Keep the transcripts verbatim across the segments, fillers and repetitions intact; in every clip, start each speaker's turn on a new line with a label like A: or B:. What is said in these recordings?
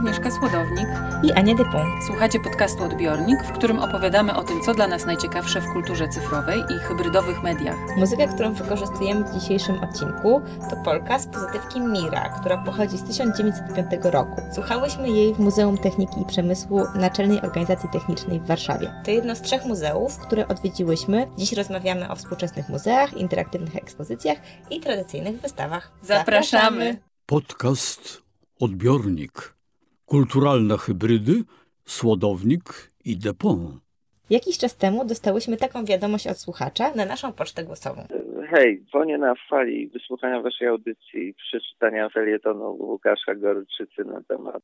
A: Agnieszka Słodownik
B: i Ania Depon.
A: Słuchacie podcastu Odbiornik, w którym opowiadamy o tym, co dla nas najciekawsze w kulturze cyfrowej i hybrydowych mediach.
B: Muzyka, którą wykorzystujemy w dzisiejszym odcinku, to polka z pozytywki Mira, która pochodzi z tysiąc dziewięćset piątego roku. Słuchałyśmy jej w Muzeum Techniki i Przemysłu Naczelnej Organizacji Technicznej w Warszawie. To jedno z trzech muzeów, które odwiedziłyśmy. Dziś rozmawiamy o współczesnych muzeach, interaktywnych ekspozycjach i tradycyjnych wystawach.
A: Zapraszamy!
C: Podcast Odbiornik. Kulturalne hybrydy, Słodownik i Depon.
B: Jakiś czas temu dostałyśmy taką wiadomość od słuchacza na naszą pocztę głosową.
D: Hej, dzwonię na fali wysłuchania waszej audycji i przeczytania felietonu Łukasza Gorczycy na temat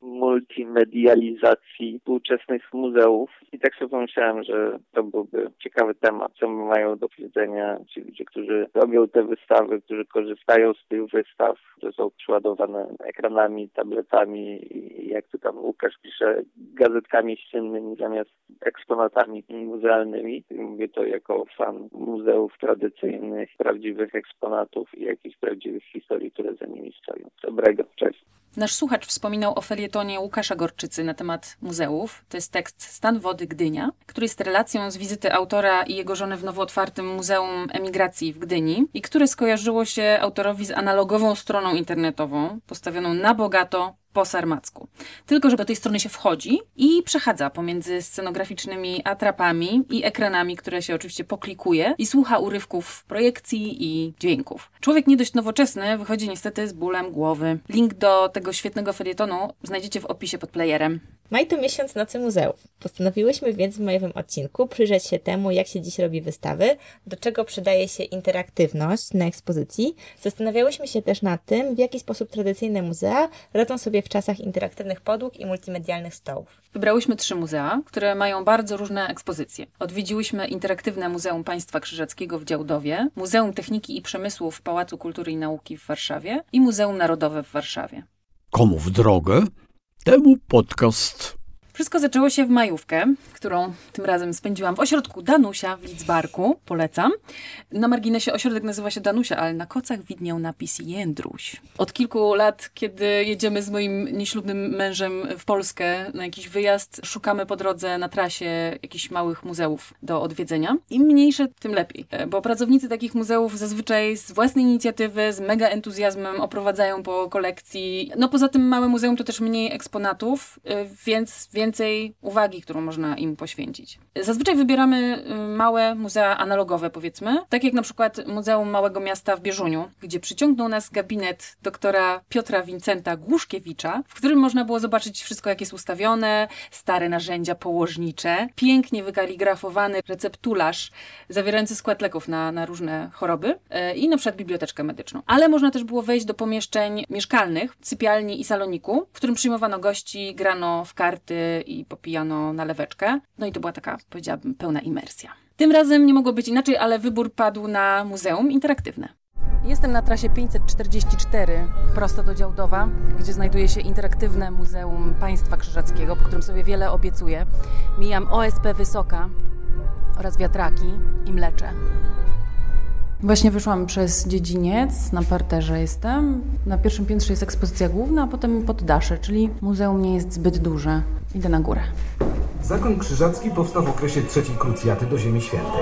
D: multimedializacji współczesnych muzeów. I tak sobie pomyślałem, że to byłby ciekawy temat, co mają do powiedzenia ci ludzie, którzy robią te wystawy, którzy korzystają z tych wystaw, że są przeładowane ekranami, tabletami i jak tu tam Łukasz pisze, gazetkami ściennymi zamiast eksponatami muzealnymi. I mówię to jako fan muzeów tradycyjnych, prawdziwych eksponatów i jakichś prawdziwych historii, które za nimi stoją. Dobrego, cześć.
A: Nasz słuchacz wspominał o felietonie Łukasza Gorczycy na temat muzeów. To jest tekst Stan Wody Gdynia, który jest relacją z wizyty autora i jego żony w nowo otwartym Muzeum Emigracji w Gdyni i które skojarzyło się autorowi z analogową stroną internetową, postawioną na bogato, po sarmacku. Tylko, że do tej strony się wchodzi i przechadza pomiędzy scenograficznymi atrapami i ekranami, które się oczywiście poklikuje i słucha urywków projekcji i dźwięków. Człowiek nie dość nowoczesny wychodzi niestety z bólem głowy. Link do tego świetnego felietonu znajdziecie w opisie pod playerem.
B: Maj to miesiąc Nocy Muzeów. Postanowiłyśmy więc w majowym odcinku przyjrzeć się temu, jak się dziś robi wystawy, do czego przydaje się interaktywność na ekspozycji. Zastanawiałyśmy się też nad tym, w jaki sposób tradycyjne muzea radzą sobie w czasach interaktywnych podłóg i multimedialnych stołów.
A: Wybrałyśmy trzy muzea, które mają bardzo różne ekspozycje. Odwiedziłyśmy Interaktywne Muzeum Państwa Krzyżackiego w Działdowie, Muzeum Techniki i Przemysłu w Pałacu Kultury i Nauki w Warszawie i Muzeum Narodowe w Warszawie.
C: Komu w drogę, temu podcast.
A: Wszystko zaczęło się w majówkę, którą tym razem spędziłam w ośrodku Danusia w Lidzbarku. Polecam. Na marginesie ośrodek nazywa się Danusia, ale na kocach widniał napis Jędruś. Od kilku lat, kiedy jedziemy z moim nieślubnym mężem w Polskę na jakiś wyjazd, szukamy po drodze na trasie jakichś małych muzeów do odwiedzenia. Im mniejsze, tym lepiej. Bo pracownicy takich muzeów zazwyczaj z własnej inicjatywy, z mega entuzjazmem oprowadzają po kolekcji. No poza tym małe muzeum to też mniej eksponatów, więc więcej więcej uwagi, którą można im poświęcić. Zazwyczaj wybieramy małe muzea analogowe, powiedzmy, tak jak na przykład Muzeum Małego Miasta w Bieżuniu, gdzie przyciągnął nas gabinet doktora Piotra Wincenta Głuszkiewicza, w którym można było zobaczyć wszystko, jak jest ustawione, stare narzędzia położnicze, pięknie wykaligrafowany receptularz zawierający skład leków na, na różne choroby i na przykład biblioteczkę medyczną. Ale można też było wejść do pomieszczeń mieszkalnych, sypialni i saloniku, w którym przyjmowano gości, grano w karty i popijano naleweczkę. No i to była taka, powiedziałabym, pełna imersja. Tym razem nie mogło być inaczej, ale wybór padł na Muzeum Interaktywne. Jestem na trasie pięćset czterdzieści cztery, prosto do Działdowa, gdzie znajduje się Interaktywne Muzeum Państwa Krzyżackiego, po którym sobie wiele obiecuję. Mijam O S P Wysoka oraz wiatraki i mlecze. Właśnie wyszłam przez dziedziniec, na parterze jestem. Na pierwszym piętrze jest ekspozycja główna, a potem poddasze, czyli muzeum nie jest zbyt duże. Idę na górę.
E: Zakon Krzyżacki powstał w okresie trzeciej krucjaty do Ziemi Świętej.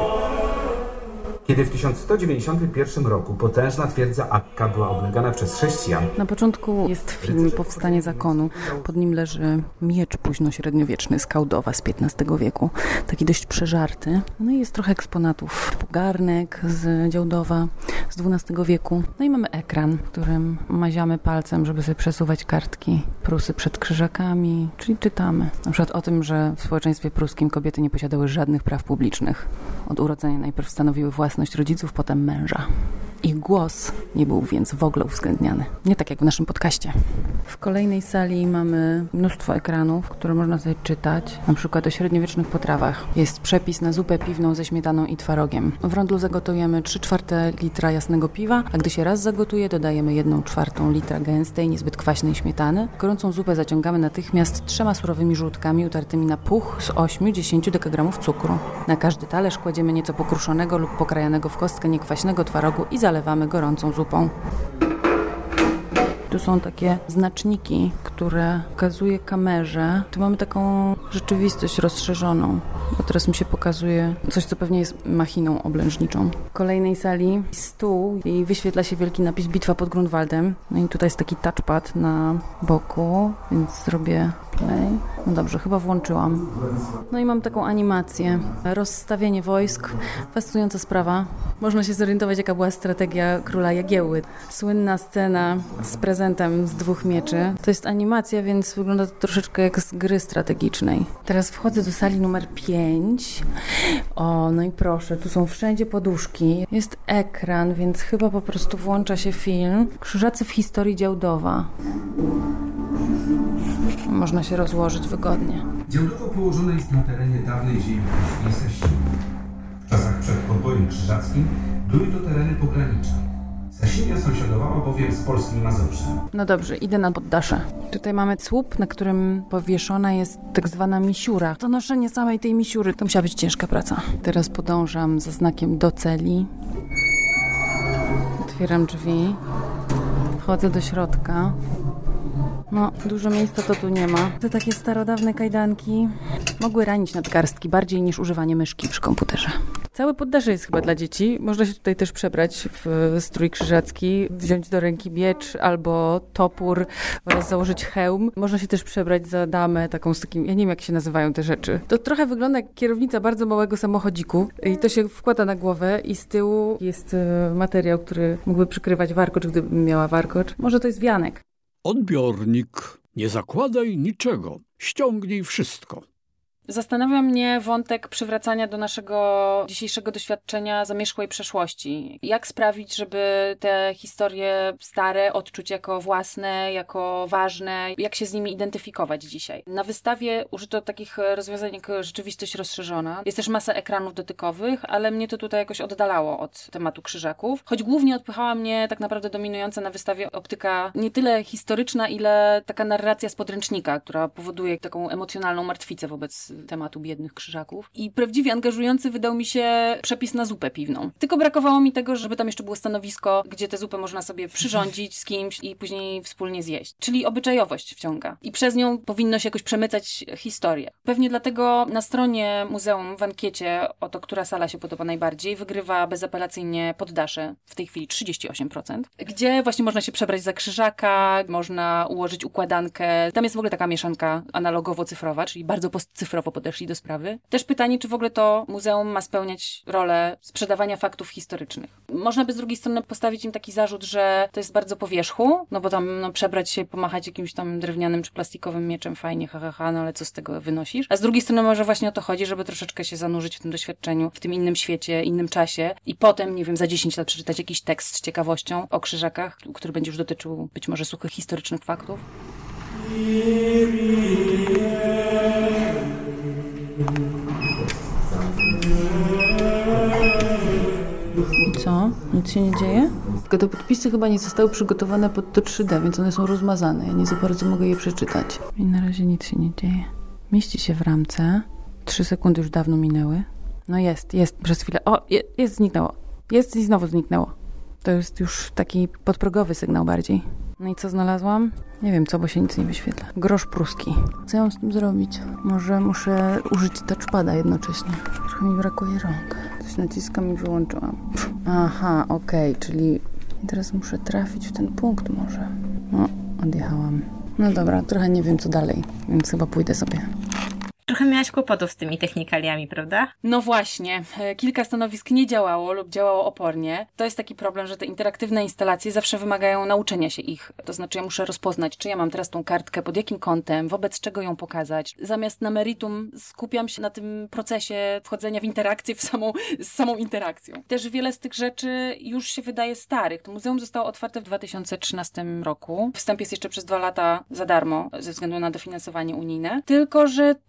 E: Kiedy w tysiąc sto dziewięćdziesiątym pierwszym roku potężna twierdza Akka była oblegana przez chrześcijan.
A: Na początku jest film Powstanie zakonu. Pod nim leży miecz późnośredniowieczny z Kałdowa z piętnastego wieku. Taki dość przeżarty. No i jest trochę eksponatów. Typu garnek z Działdowa z dwunastego wieku. No i mamy ekran, którym maziamy palcem, żeby sobie przesuwać kartki. Prusy przed krzyżakami, czyli czytamy. Na przykład o tym, że w społeczeństwie pruskim kobiety nie posiadały żadnych praw publicznych. Od urodzenia najpierw stanowiły własność rodziców, potem męża. Ich głos nie był więc w ogóle uwzględniany. Nie tak jak w naszym podcaście. W kolejnej sali mamy mnóstwo ekranów, które można sobie czytać. Na przykład o średniowiecznych potrawach. Jest przepis na zupę piwną ze śmietaną i twarogiem. W rondlu zagotujemy trzy czwarte litra jasnego piwa, a gdy się raz zagotuje, dodajemy jedną czwartą litra gęstej, niezbyt kwaśnej śmietany. Gorącą zupę zaciągamy natychmiast trzema surowymi żółtkami utartymi na puch z ośmiu do dziesięciu dekagramów cukru. Na każdy talerz kładziemy nieco pokruszonego lub pokrajanego w kostkę niekwaśnego twarogu i zalewamy gorącą zupą. tu są takie znaczniki, które pokazuje kamerze. Tu mamy taką rzeczywistość rozszerzoną, bo teraz mi się pokazuje coś, co pewnie jest machiną oblężniczą. W kolejnej sali stół i wyświetla się wielki napis Bitwa pod Grunwaldem. No i tutaj jest taki touchpad na boku, więc zrobię play. No dobrze, chyba włączyłam. No i mam taką animację. Rozstawienie wojsk. Fascynująca sprawa. Można się zorientować, jaka była strategia króla Jagiełły. Słynna scena z prezentem z dwóch mieczy. To jest animacja, więc wygląda to troszeczkę jak z gry strategicznej. Teraz wchodzę do sali numer pięć. O, no i proszę, tu są wszędzie poduszki. Jest ekran, więc chyba po prostu włącza się film. Krzyżacy w historii Działdowa. Można się rozłożyć wygodnie.
E: Działdowo położone jest na terenie dawnej ziemi polskiej Sasini. W czasach przed podbojem krzyżackim były to tereny pograniczne. Sasinia sąsiadowała bowiem z polskim Mazowszem.
A: No dobrze, idę na poddasze. Tutaj mamy słup, na którym powieszona jest tak zwana misiura. To noszenie samej tej misiury to musiała być ciężka praca. Teraz podążam za znakiem do celi. Otwieram drzwi. Wchodzę do środka. No, dużo miejsca to tu nie ma. Te takie starodawne kajdanki mogły ranić nadgarstki bardziej niż używanie myszki przy komputerze. Całe poddasze jest chyba dla dzieci. Można się tutaj też przebrać w strój krzyżacki, wziąć do ręki miecz albo topór oraz założyć hełm. Można się też przebrać za damę, taką z takim, ja nie wiem jak się nazywają te rzeczy. To trochę wygląda jak kierownica bardzo małego samochodziku i to się wkłada na głowę i z tyłu jest materiał, który mógłby przykrywać warkocz, gdybym miała warkocz. Może to jest wianek.
C: Odbiornik. Nie zakładaj niczego. Ściągnij wszystko.
A: Zastanawia mnie wątek przywracania do naszego dzisiejszego doświadczenia zamierzchłej przeszłości. Jak sprawić, żeby te historie stare odczuć jako własne, jako ważne, jak się z nimi identyfikować dzisiaj. Na wystawie użyto takich rozwiązań jak rzeczywistość rozszerzona. Jest też masa ekranów dotykowych, ale mnie to tutaj jakoś oddalało od tematu krzyżaków. Choć głównie odpychała mnie tak naprawdę dominująca na wystawie optyka nie tyle historyczna, ile taka narracja z podręcznika, która powoduje taką emocjonalną martwicę wobec tematu biednych krzyżaków. I prawdziwie angażujący wydał mi się przepis na zupę piwną. Tylko brakowało mi tego, żeby tam jeszcze było stanowisko, gdzie tę zupę można sobie przyrządzić z kimś i później wspólnie zjeść. Czyli obyczajowość wciąga. I przez nią powinno się jakoś przemycać historię. Pewnie dlatego na stronie muzeum w ankiecie o to, która sala się podoba najbardziej, wygrywa bezapelacyjnie poddasze, w tej chwili trzydzieści osiem procent, gdzie właśnie można się przebrać za krzyżaka, można ułożyć układankę. Tam jest w ogóle taka mieszanka analogowo-cyfrowa, czyli bardzo postcyfrowo podeszli do sprawy. Też pytanie, czy w ogóle to muzeum ma spełniać rolę sprzedawania faktów historycznych. Można by z drugiej strony postawić im taki zarzut, że to jest bardzo po wierzchu, no bo tam no, przebrać się, pomachać jakimś tam drewnianym czy plastikowym mieczem, fajnie, ha, ha, ha, no ale co z tego wynosisz? A z drugiej strony może właśnie o to chodzi, żeby troszeczkę się zanurzyć w tym doświadczeniu, w tym innym świecie, innym czasie i potem, nie wiem, za dziesięć lat przeczytać jakiś tekst z ciekawością o krzyżakach, który będzie już dotyczył być może suchych historycznych faktów. I co? Nic się nie dzieje? Tylko te podpisy chyba nie zostały przygotowane pod to trzy D, więc one są rozmazane. Ja nie za bardzo mogę je przeczytać. I na razie nic się nie dzieje. Mieści się w ramce. Trzy sekundy już dawno minęły. No jest, jest przez chwilę. O, jest, jest zniknęło. Jest i znowu zniknęło. To jest już taki podprogowy sygnał bardziej. No i co znalazłam? Nie wiem co, bo się nic nie wyświetla. Grosz pruski. Co ja mam z tym zrobić? Może muszę użyć touchpada jednocześnie. Trochę mi brakuje rąk. Coś naciskam i wyłączyłam. Aha, okej, okay, czyli teraz muszę trafić w ten punkt może. No, odjechałam. No dobra, trochę nie wiem co dalej, więc chyba pójdę sobie.
B: Trochę miałaś kłopotów z tymi technikaliami, prawda?
A: No właśnie. Kilka stanowisk nie działało lub działało opornie. To jest taki problem, że te interaktywne instalacje zawsze wymagają nauczenia się ich. To znaczy ja muszę rozpoznać, czy ja mam teraz tą kartkę, pod jakim kątem, wobec czego ją pokazać. Zamiast na meritum skupiam się na tym procesie wchodzenia w interakcję w samą, z samą interakcją. Też wiele z tych rzeczy już się wydaje starych. To muzeum zostało otwarte w dwa tysiące trzynastym roku. Wstęp jest jeszcze przez dwa lata za darmo, ze względu na dofinansowanie unijne. Tylko że już widać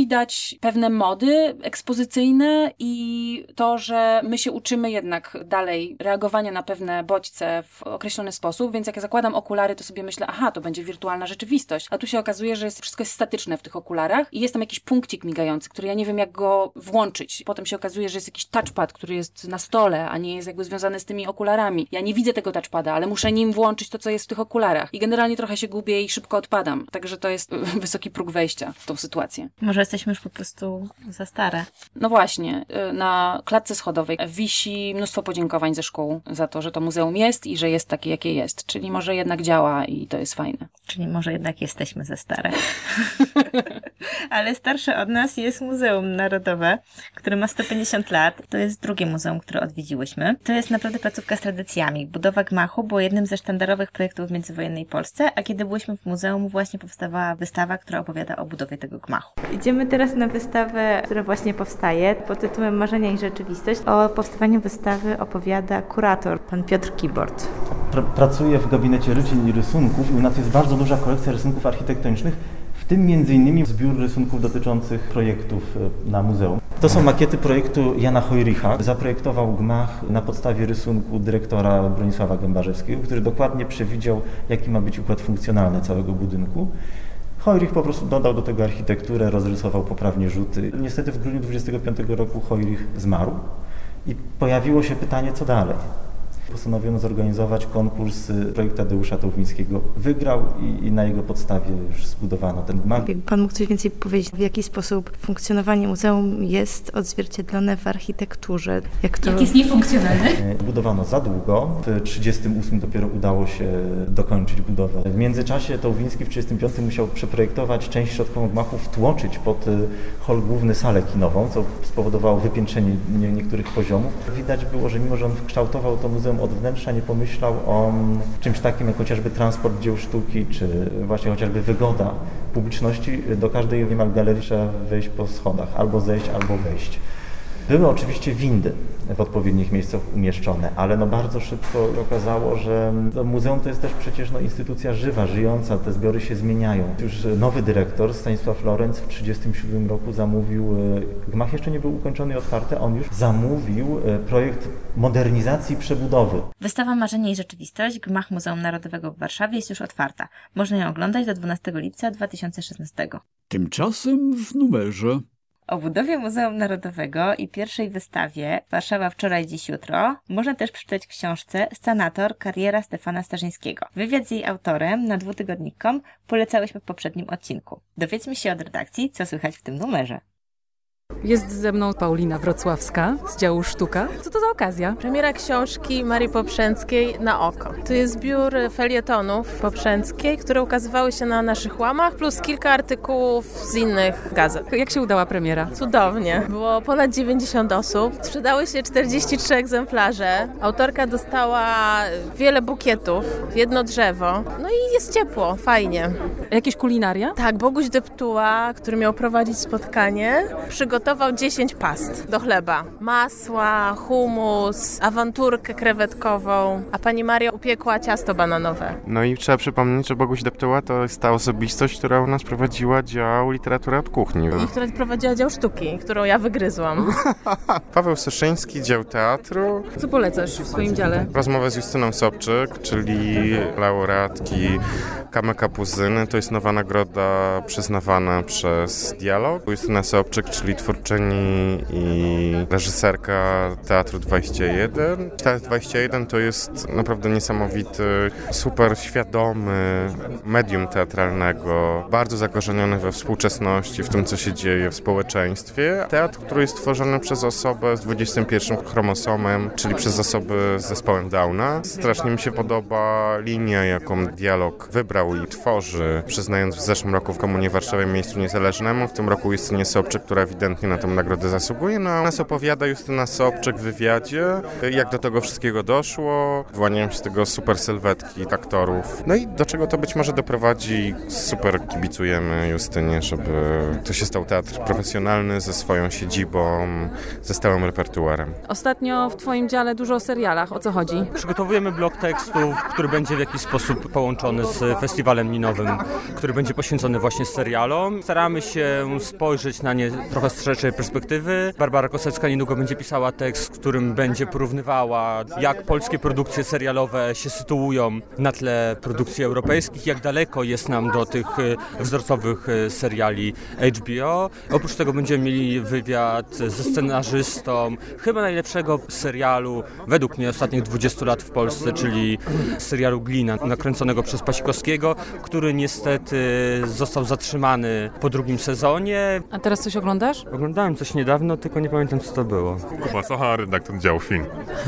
A: widać pewne mody ekspozycyjne i to, że my się uczymy jednak dalej reagowania na pewne bodźce w określony sposób, więc jak ja zakładam okulary, to sobie myślę, aha, to będzie wirtualna rzeczywistość. A tu się okazuje, że jest, wszystko jest statyczne w tych okularach i jest tam jakiś punkcik migający, który ja nie wiem, jak go włączyć. Potem się okazuje, że jest jakiś touchpad, który jest na stole, a nie jest jakby związany z tymi okularami. Ja nie widzę tego touchpada, ale muszę nim włączyć to, co jest w tych okularach. I generalnie trochę się gubię i szybko odpadam. Także to jest wysoki próg wejścia w tą sytuację.
B: Może jesteśmy już po prostu za stare.
A: No właśnie, na klatce schodowej wisi mnóstwo podziękowań ze szkół za to, że to muzeum jest i że jest takie, jakie jest. Czyli może jednak działa i to jest fajne.
B: Czyli może jednak jesteśmy za stare. Ale starsze od nas jest Muzeum Narodowe, które ma sto pięćdziesiąt lat. To jest drugie muzeum, które odwiedziłyśmy. To jest naprawdę placówka z tradycjami. Budowa gmachu była jednym ze sztandarowych projektów w międzywojennej Polsce, a kiedy byłyśmy w muzeum, właśnie powstawała wystawa, która opowiada o budowie tego gmachu. Idziemy teraz na wystawę, która właśnie powstaje pod tytułem Marzenia i rzeczywistość. O powstawaniu wystawy opowiada kurator, pan Piotr Kibort.
F: Pracuję w gabinecie rycin i rysunków i u nas jest bardzo duża kolekcja rysunków architektonicznych, w tym między innymi zbiór rysunków dotyczących projektów na muzeum. To są makiety projektu Jana Hojricha. Zaprojektował gmach na podstawie rysunku dyrektora Bronisława Gębarzewskiego, który dokładnie przewidział, jaki ma być układ funkcjonalny całego budynku. Hojrich po prostu dodał do tego architekturę, rozrysował poprawnie rzuty. Niestety w grudniu dwudziestego piątego roku Hojrich zmarł i pojawiło się pytanie, co dalej. Postanowiono zorganizować konkurs, projekt Tadeusza Tołmińskiego wygrał i, i na jego podstawie już zbudowano ten gmach.
B: Jakby pan mógł coś więcej powiedzieć, w jaki sposób funkcjonowanie muzeum jest odzwierciedlone w architekturze? Jak, to...
A: jak jest niefunkcjonalny?
F: Budowano za długo, w tysiąc dziewięćset trzydziestym ósmym dopiero udało się dokończyć budowę. W międzyczasie Tołmiński w tysiąc dziewięćset trzydziestym piątym musiał przeprojektować część środkową gmachu, wtłoczyć pod hol główny salę kinową, co spowodowało wypiętrzenie niektórych poziomów. Widać było, że mimo, że on kształtował to muzeum od wnętrza, nie pomyślał o czymś takim jak chociażby transport dzieł sztuki, czy właśnie chociażby wygoda publiczności. Do każdej niemal galerii trzeba wejść po schodach, albo zejść, albo wejść. Były oczywiście windy w odpowiednich miejscach umieszczone, ale no bardzo szybko okazało, że to muzeum to jest też przecież no instytucja żywa, żyjąca, te zbiory się zmieniają. Już nowy dyrektor Stanisław Lorenz w tysiąc dziewięćset trzydziestym siódmym roku zamówił, gmach jeszcze nie był ukończony i otwarty, on już zamówił projekt modernizacji i przebudowy.
B: Wystawa Marzenie i rzeczywistość, gmach Muzeum Narodowego w Warszawie jest już otwarta. Można ją oglądać do dwunastego lipca dwa tysiące szesnastego.
C: Tymczasem w numerze.
B: O budowie Muzeum Narodowego i pierwszej wystawie Warszawa wczoraj, dziś, jutro można też przeczytać w książce Scanator. Kariera Stefana Starzyńskiego. Wywiad z jej autorem na dwutygodnik kropka com polecałyśmy w poprzednim odcinku. Dowiedzmy się od redakcji, co słychać w tym numerze.
G: Jest ze mną Paulina Wrocławska z działu Sztuka. Co to za okazja?
H: Premiera książki Marii Poprzęckiej Na oko. To jest zbiór felietonów Poprzęckiej, które ukazywały się na naszych łamach, plus kilka artykułów z innych gazet.
G: Jak się udała premiera?
H: Cudownie. Było ponad dziewięćdziesiąt osób. Sprzedały się czterdzieści trzy egzemplarze. Autorka dostała wiele bukietów, jedno drzewo. No i jest ciepło, fajnie.
G: Jakieś kulinaria?
H: Tak, Boguś Deptuła, który miał prowadzić spotkanie, przygotował Gotował dziesięć past do chleba. Masła, humus, awanturkę krewetkową, a pani Maria upiekła ciasto bananowe.
I: No i trzeba przypomnieć, że Boguś Deptuła to jest ta osobistość, która u nas prowadziła dział Literatura od kuchni.
H: I która prowadziła dział sztuki, którą ja wygryzłam.
I: Paweł Soszyński, dział teatru.
G: Co polecasz w swoim dziale?
I: Rozmowę z Justyną Sobczyk, czyli laureatki Kamyka Puzyny. To jest nowa nagroda przyznawana przez Dialog. Justyna Sobczyk, czyli twórczyni i reżyserka Teatru dwadzieścia jeden. Teatr dwadzieścia jeden to jest naprawdę niesamowity, super świadomy medium teatralnego, bardzo zakorzeniony we współczesności, w tym, co się dzieje w społeczeństwie. Teatr, który jest tworzony przez osobę z dwudziestym pierwszym chromosomem, czyli przez osoby z zespołem Downa. Strasznie mi się podoba linia, jaką Dialog wybrał i tworzy, przyznając w zeszłym roku w Komunie Warszawie miejscu niezależnemu. W tym roku Justynie Sobczyk, która ewidentnie na tę nagrodę zasługuje. No a nas opowiada Justyna Sobczyk w wywiadzie, jak do tego wszystkiego doszło, wyłaniają się z tego super sylwetki aktorów. No i do czego to być może doprowadzi. Super kibicujemy Justynie, żeby to się stał teatr profesjonalny ze swoją siedzibą, ze stałym repertuarem.
G: Ostatnio w Twoim dziale dużo o serialach. O co chodzi?
J: Przygotowujemy blok tekstów, który będzie w jakiś sposób połączony z festiwalem minowym, który będzie poświęcony właśnie serialom. Staramy się spojrzeć na nie trochę z szerszej perspektywy. Barbara Kosecka niedługo będzie pisała tekst, w którym będzie porównywała, jak polskie produkcje serialowe się sytuują na tle produkcji europejskich, jak daleko jest nam do tych wzorcowych seriali H B O. Oprócz tego będziemy mieli wywiad ze scenarzystą chyba najlepszego serialu według mnie ostatnich dwudziestu lat w Polsce, czyli serialu Glina, nakręconego przez Pasikowskiego, który niestety został zatrzymany po drugim sezonie.
G: A teraz coś oglądasz?
J: Oglądałem coś niedawno, tylko nie pamiętam, co to było.
K: Kuba Socha, redaktor działu film.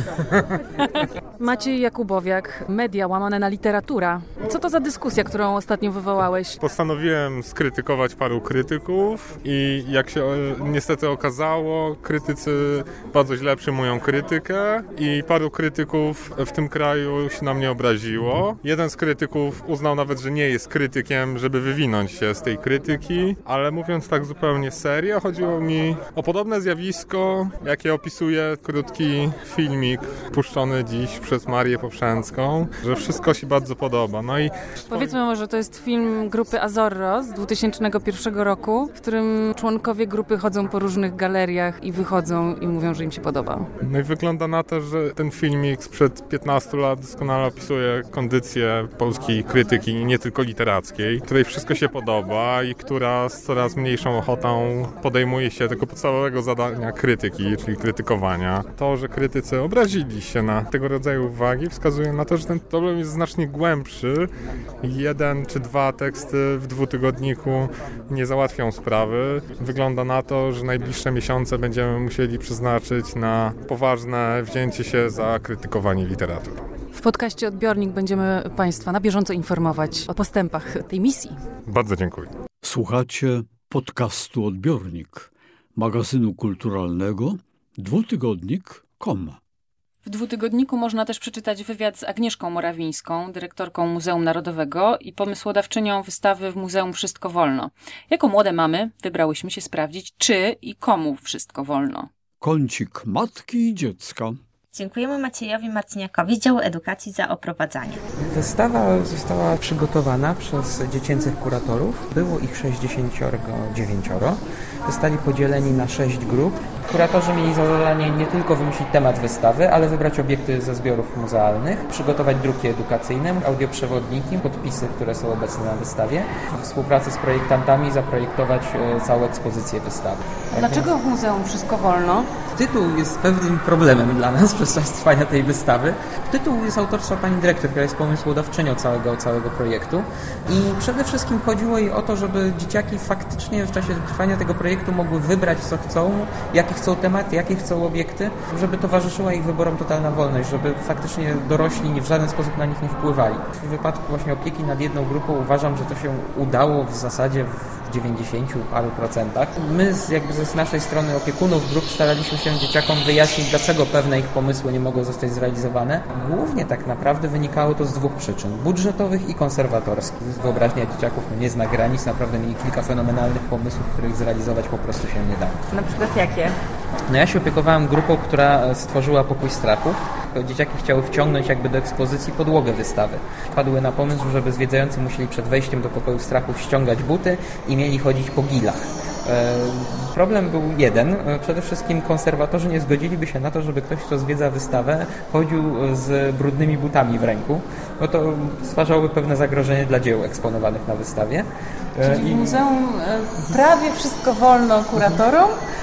G: Maciej Jakubowiak, media łamane na literatura. Co to za dyskusja, którą ostatnio wywołałeś?
K: Postanowiłem skrytykować paru krytyków i jak się niestety okazało, krytycy bardzo źle przyjmują krytykę i paru krytyków w tym kraju się na mnie obraziło. Jeden z krytyków uznał nawet, że nie jest krytykiem, żeby wywinąć się z tej krytyki, ale mówiąc tak zupełnie serio, chodziło mi o podobne zjawisko, jakie opisuje krótki filmik puszczony dziś przez Marię Poprzęcką, że wszystko się bardzo podoba. No i
G: Powiedzmy może, to jest film grupy Azorro z dwa tysiące pierwszego roku, w którym członkowie grupy chodzą po różnych galeriach i wychodzą i mówią, że im się podoba.
K: No i wygląda na to, że ten filmik sprzed piętnastu lat doskonale opisuje kondycję polskiej krytyki, nie tylko literackiej, której wszystko się podoba i która z coraz mniejszą ochotą podejmuje się tego podstawowego zadania krytyki, czyli krytykowania. To, że krytycy obrazili się na tego rodzaju uwagi, wskazuje na to, że ten problem jest znacznie głębszy. Jeden czy dwa teksty w dwutygodniku nie załatwią sprawy. Wygląda na to, że najbliższe miesiące będziemy musieli przeznaczyć na poważne wzięcie się za krytykowanie literatury.
G: W podcaście Odbiornik będziemy Państwa na bieżąco informować o postępach tej misji.
K: Bardzo dziękuję.
C: Słuchacie podcastu Odbiornik, magazynu kulturalnego dwutygodnik kropka com.
A: W dwutygodniku można też przeczytać wywiad z Agnieszką Morawińską, dyrektorką Muzeum Narodowego i pomysłodawczynią wystawy w Muzeum Wszystko Wolno. Jako młode mamy wybrałyśmy się sprawdzić, czy i komu wszystko wolno.
C: Kącik matki i dziecka.
B: Dziękujemy Maciejowi Marciniakowi z działu edukacji za oprowadzanie.
L: Wystawa została przygotowana przez dziecięcych kuratorów. Było ich sześćdziesiąt dziewięć. Zostali podzieleni na sześć grup. Kuratorzy mieli za zadanie nie tylko wymyślić temat wystawy, ale wybrać obiekty ze zbiorów muzealnych, przygotować druki edukacyjne, audioprzewodniki, podpisy, które są obecne na wystawie, w współpracy z projektantami zaprojektować całą ekspozycję wystawy.
A: A dlaczego w Muzeum Wszystko Wolno?
L: Tytuł jest pewnym problemem dla nas przez czas trwania tej wystawy. Tytuł jest autorstwa pani dyrektor, która jest pomysłodawczynią całego, całego projektu i przede wszystkim chodziło jej o to, żeby dzieciaki faktycznie w czasie trwania tego projektu mogły wybrać co chcą, jakie chcą tematy, jakie chcą obiekty, żeby towarzyszyła ich wyborom totalna wolność, żeby faktycznie dorośli w żaden sposób na nich nie wpływali. W wypadku właśnie opieki nad jedną grupą uważam, że to się udało w zasadzie w dziewięćdziesięciu paru procentach. My z, jakby z naszej strony opiekunów grup staraliśmy się dzieciakom wyjaśnić, dlaczego pewne ich pomysły nie mogą zostać zrealizowane. Głównie tak naprawdę wynikało to z dwóch przyczyn. Budżetowych i konserwatorskich. Wyobraźnia dzieciaków nie zna granic. Naprawdę mieli kilka fenomenalnych pomysłów, których zrealizować po prostu się nie da.
B: Na przykład jakie?
L: No ja się opiekowałem grupą, która stworzyła pokój strachów. Dzieciaki chciały wciągnąć jakby do ekspozycji podłogę wystawy. Wpadły na pomysł, żeby zwiedzający musieli przed wejściem do pokoju strachów ściągać buty i mieli chodzić po gilach. E, problem był jeden. Przede wszystkim konserwatorzy nie zgodziliby się na to, żeby ktoś, kto zwiedza wystawę, chodził z brudnymi butami w ręku, bo to stwarzałoby pewne zagrożenie dla dzieł eksponowanych na wystawie.
A: E, Czyli w i... muzeum prawie wszystko wolno kuratorom,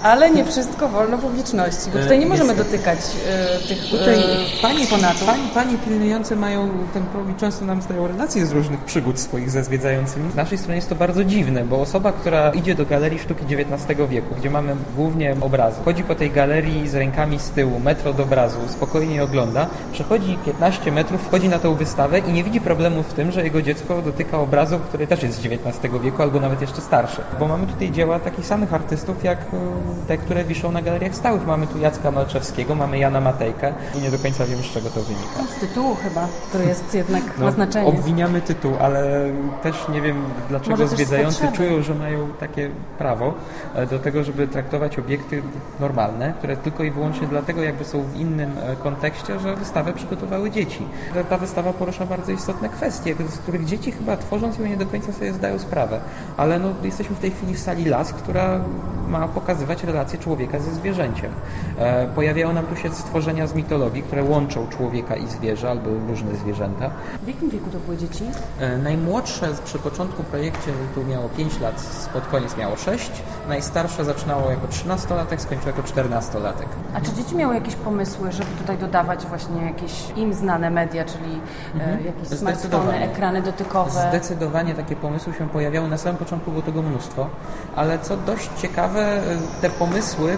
G: Ale nie wszystko wolno publiczności, bo tutaj nie możemy
L: Niestety.
G: dotykać e, tych
L: Tutaj
G: e,
L: panie,
G: eksponatów.
L: pani, pani pilnujące mają ten problem, często nam stają relacje z różnych przygód swoich ze zwiedzającymi. Z naszej strony jest to bardzo dziwne, bo osoba, która idzie do Galerii Sztuki dziewiętnastego wieku, gdzie mamy głównie obrazy, chodzi po tej galerii z rękami z tyłu, metr od obrazu, spokojnie ogląda, przechodzi piętnaście metrów, wchodzi na tą wystawę i nie widzi problemu w tym, że jego dziecko dotyka obrazu, który też jest z dziewiętnastego wieku albo nawet jeszcze starszy. Bo mamy tutaj dzieła takich samych artystów, jak te, które wiszą na galeriach stałych. Mamy tu Jacka Malczewskiego, mamy Jana Matejkę i nie do końca wiem, z czego to wynika.
G: Z tytułu chyba, który jest jednak
L: No,
G: ma znaczenie.
L: obwiniamy tytuł, ale też nie wiem, dlaczego
G: Może też
L: zwiedzający
G: z potrzeby.
L: czują, że mają takie prawo do tego, żeby traktować obiekty normalne, które tylko i wyłącznie dlatego jakby są w innym kontekście, że wystawę przygotowały dzieci. Ta, ta wystawa porusza bardzo istotne kwestie, z których dzieci chyba tworząc ją nie do końca sobie zdają sprawę. Ale no, jesteśmy w tej chwili w sali Las, która ma pokazywać relacje człowieka ze zwierzęciem. E, pojawiają nam tu się stworzenia z mitologii, które łączą człowieka i zwierzę, albo różne zwierzęta.
G: W jakim wieku to były dzieci?
L: E, najmłodsze przy początku projekcie tu miało pięć lat, spod koniec miało sześć. Najstarsze zaczynało jako trzynastolatek, skończyło jako czternastolatek.
G: A czy dzieci miały jakieś pomysły, żeby tutaj dodawać właśnie jakieś im znane media, czyli mhm. e, jakieś smartfony, ekrany dotykowe?
L: Zdecydowanie takie pomysły się pojawiały. Na samym początku było tego mnóstwo, ale co dość ciekawe, te pomysły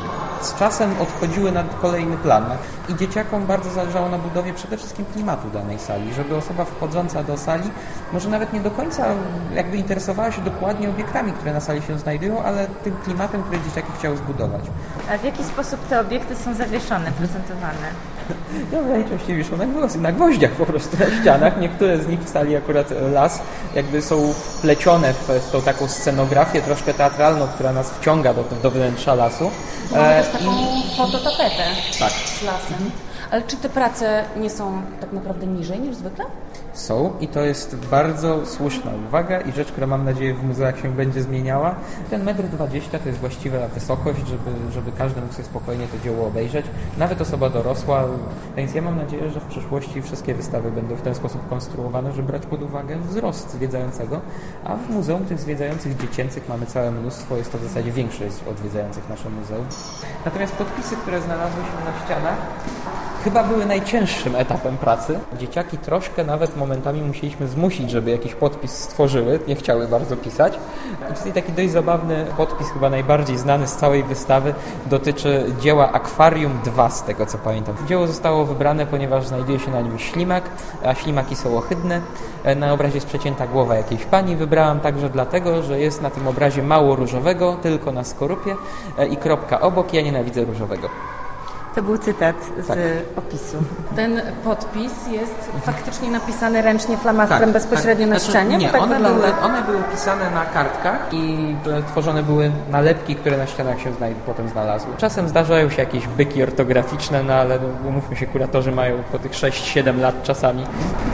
L: z czasem odchodziły na kolejny plan. I dzieciakom bardzo zależało na budowie przede wszystkim klimatu danej sali, żeby osoba wchodząca do sali może nawet nie do końca jakby interesowała się dokładnie obiektami, które na sali się znajdują, ale tym klimatem, który dzieciaki chciały zbudować.
B: A w jaki sposób te obiekty są zawieszone, prezentowane?
L: No, najczęściej wiszą na, gwoź- na gwoździach po prostu na ścianach. Niektóre z nich w sali akurat Las jakby są wplecione w, w tą taką scenografię troszkę teatralną, która nas wciąga do, do wnętrza lasu.
G: Mamy
L: E,
G: też taką
L: i...
G: fototapetę
L: Tak.
G: z lasem. Ale czy te prace nie są tak naprawdę niżej niż zwykle?
L: Są i to jest bardzo słuszna uwaga i rzecz, która mam nadzieję w muzeach się będzie zmieniała. Ten metr dwadzieścia to jest właściwa wysokość, żeby, żeby każdy mógł sobie spokojnie to dzieło obejrzeć, nawet osoba dorosła, więc ja mam nadzieję, że w przyszłości wszystkie wystawy będą w ten sposób konstruowane, żeby brać pod uwagę wzrost zwiedzającego, a w muzeum tych zwiedzających dziecięcych mamy całe mnóstwo, jest to w zasadzie większość odwiedzających nasze muzeum. Natomiast podpisy, które znalazły się na ścianach, chyba były najcięższym etapem pracy. Dzieciaki troszkę nawet momentami musieliśmy zmusić, żeby jakiś podpis stworzyły. Nie chciały bardzo pisać. I tutaj taki dość zabawny podpis, chyba najbardziej znany z całej wystawy, dotyczy dzieła Akwarium dwa, z tego co pamiętam. Dzieło zostało wybrane, ponieważ znajduje się na nim ślimak, a ślimaki są ohydne. Na obrazie jest przecięta głowa jakiejś pani. Wybrałam także dlatego, że jest na tym obrazie mało różowego, tylko na skorupie i kropka obok. Ja nienawidzę różowego.
B: To był cytat z
L: Tak.
B: opisu.
G: Ten podpis jest faktycznie napisany ręcznie flamastrem
L: Tak,
G: bezpośrednio
L: tak.
G: na
L: Znaczy,
G: ścianie?
L: Nie,
G: Bo tak
L: one,
G: wygląda.
L: były, one były pisane na kartkach i tworzone były nalepki, które na ścianach się znaj- potem znalazły. Czasem zdarzają się jakieś byki ortograficzne, no ale no, umówmy się, kuratorzy mają po tych sześć siedem lat czasami.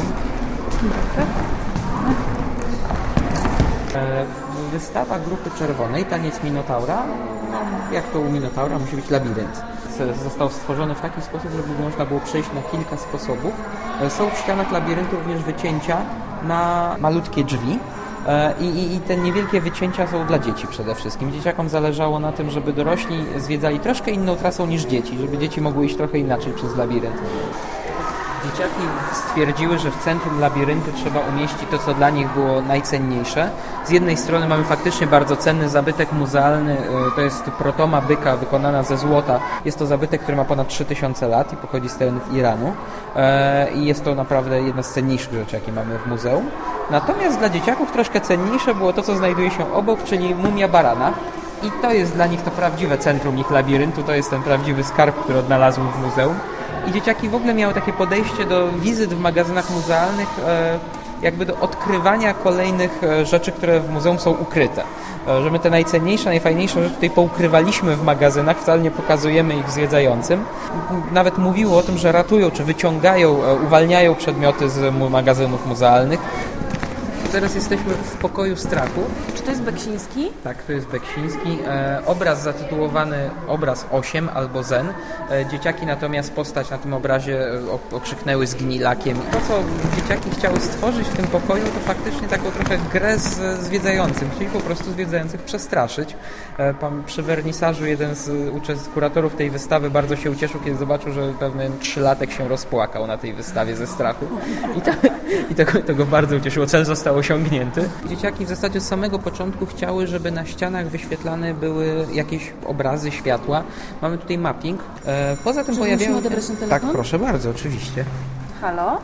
L: E, Wystawa Grupy Czerwonej, Taniec Minotaura, no, jak to u Minotaura, musi być labirynt. Został stworzony w taki sposób, żeby można było przejść na kilka sposobów. Są w ścianach labiryntu również wycięcia na malutkie drzwi. I, i, I te niewielkie wycięcia są dla dzieci przede wszystkim. Dzieciakom zależało na tym, żeby dorośli zwiedzali troszkę inną trasą niż dzieci, żeby dzieci mogły iść trochę inaczej przez labirynt. Dzieciaki stwierdziły, że w centrum labiryntu trzeba umieścić to, co dla nich było najcenniejsze. Z jednej strony mamy faktycznie bardzo cenny zabytek muzealny, to jest protoma byka wykonana ze złota. Jest to zabytek, który ma ponad trzy tysiące lat i pochodzi z terenów Iranu. I jest to naprawdę jedna z cenniejszych rzeczy, jakie mamy w muzeum. Natomiast dla dzieciaków troszkę cenniejsze było to, co znajduje się obok, czyli mumia barana. I to jest dla nich to prawdziwe centrum ich labiryntu, to jest ten prawdziwy skarb, który odnalazły w muzeum. I dzieciaki w ogóle miały takie podejście do wizyt w magazynach muzealnych, jakby do odkrywania kolejnych rzeczy, które w muzeum są ukryte. Że my te najcenniejsze, najfajniejsze rzeczy tutaj poukrywaliśmy w magazynach, wcale nie pokazujemy ich zwiedzającym. Nawet mówiło o tym, że ratują, czy wyciągają, uwalniają przedmioty z magazynów muzealnych. Teraz jesteśmy w pokoju strachu.
A: Czy to jest Beksiński?
L: Tak, to jest Beksiński. E, obraz zatytułowany Obraz osiem albo Zen. E, dzieciaki natomiast postać na tym obrazie e, okrzyknęły zgnilakiem. To, co dzieciaki chciały stworzyć w tym pokoju, to faktycznie taką trochę grę z zwiedzającym. Chcieli po prostu zwiedzających przestraszyć. E, pan przy wernisażu jeden z, z kuratorów tej wystawy bardzo się ucieszył, kiedy zobaczył, że pewien trzylatek się rozpłakał na tej wystawie ze strachu. I, to, i to, to go bardzo ucieszyło. Cel został osiągnięty. Dzieciaki w zasadzie z samego początku chciały, żeby na ścianach wyświetlane były jakieś obrazy, światła. Mamy tutaj mapping. E, poza tym
A: Czy
L: pojawiają
A: musimy odebrać ten telefon?
L: Tak, proszę bardzo, oczywiście.
A: Halo?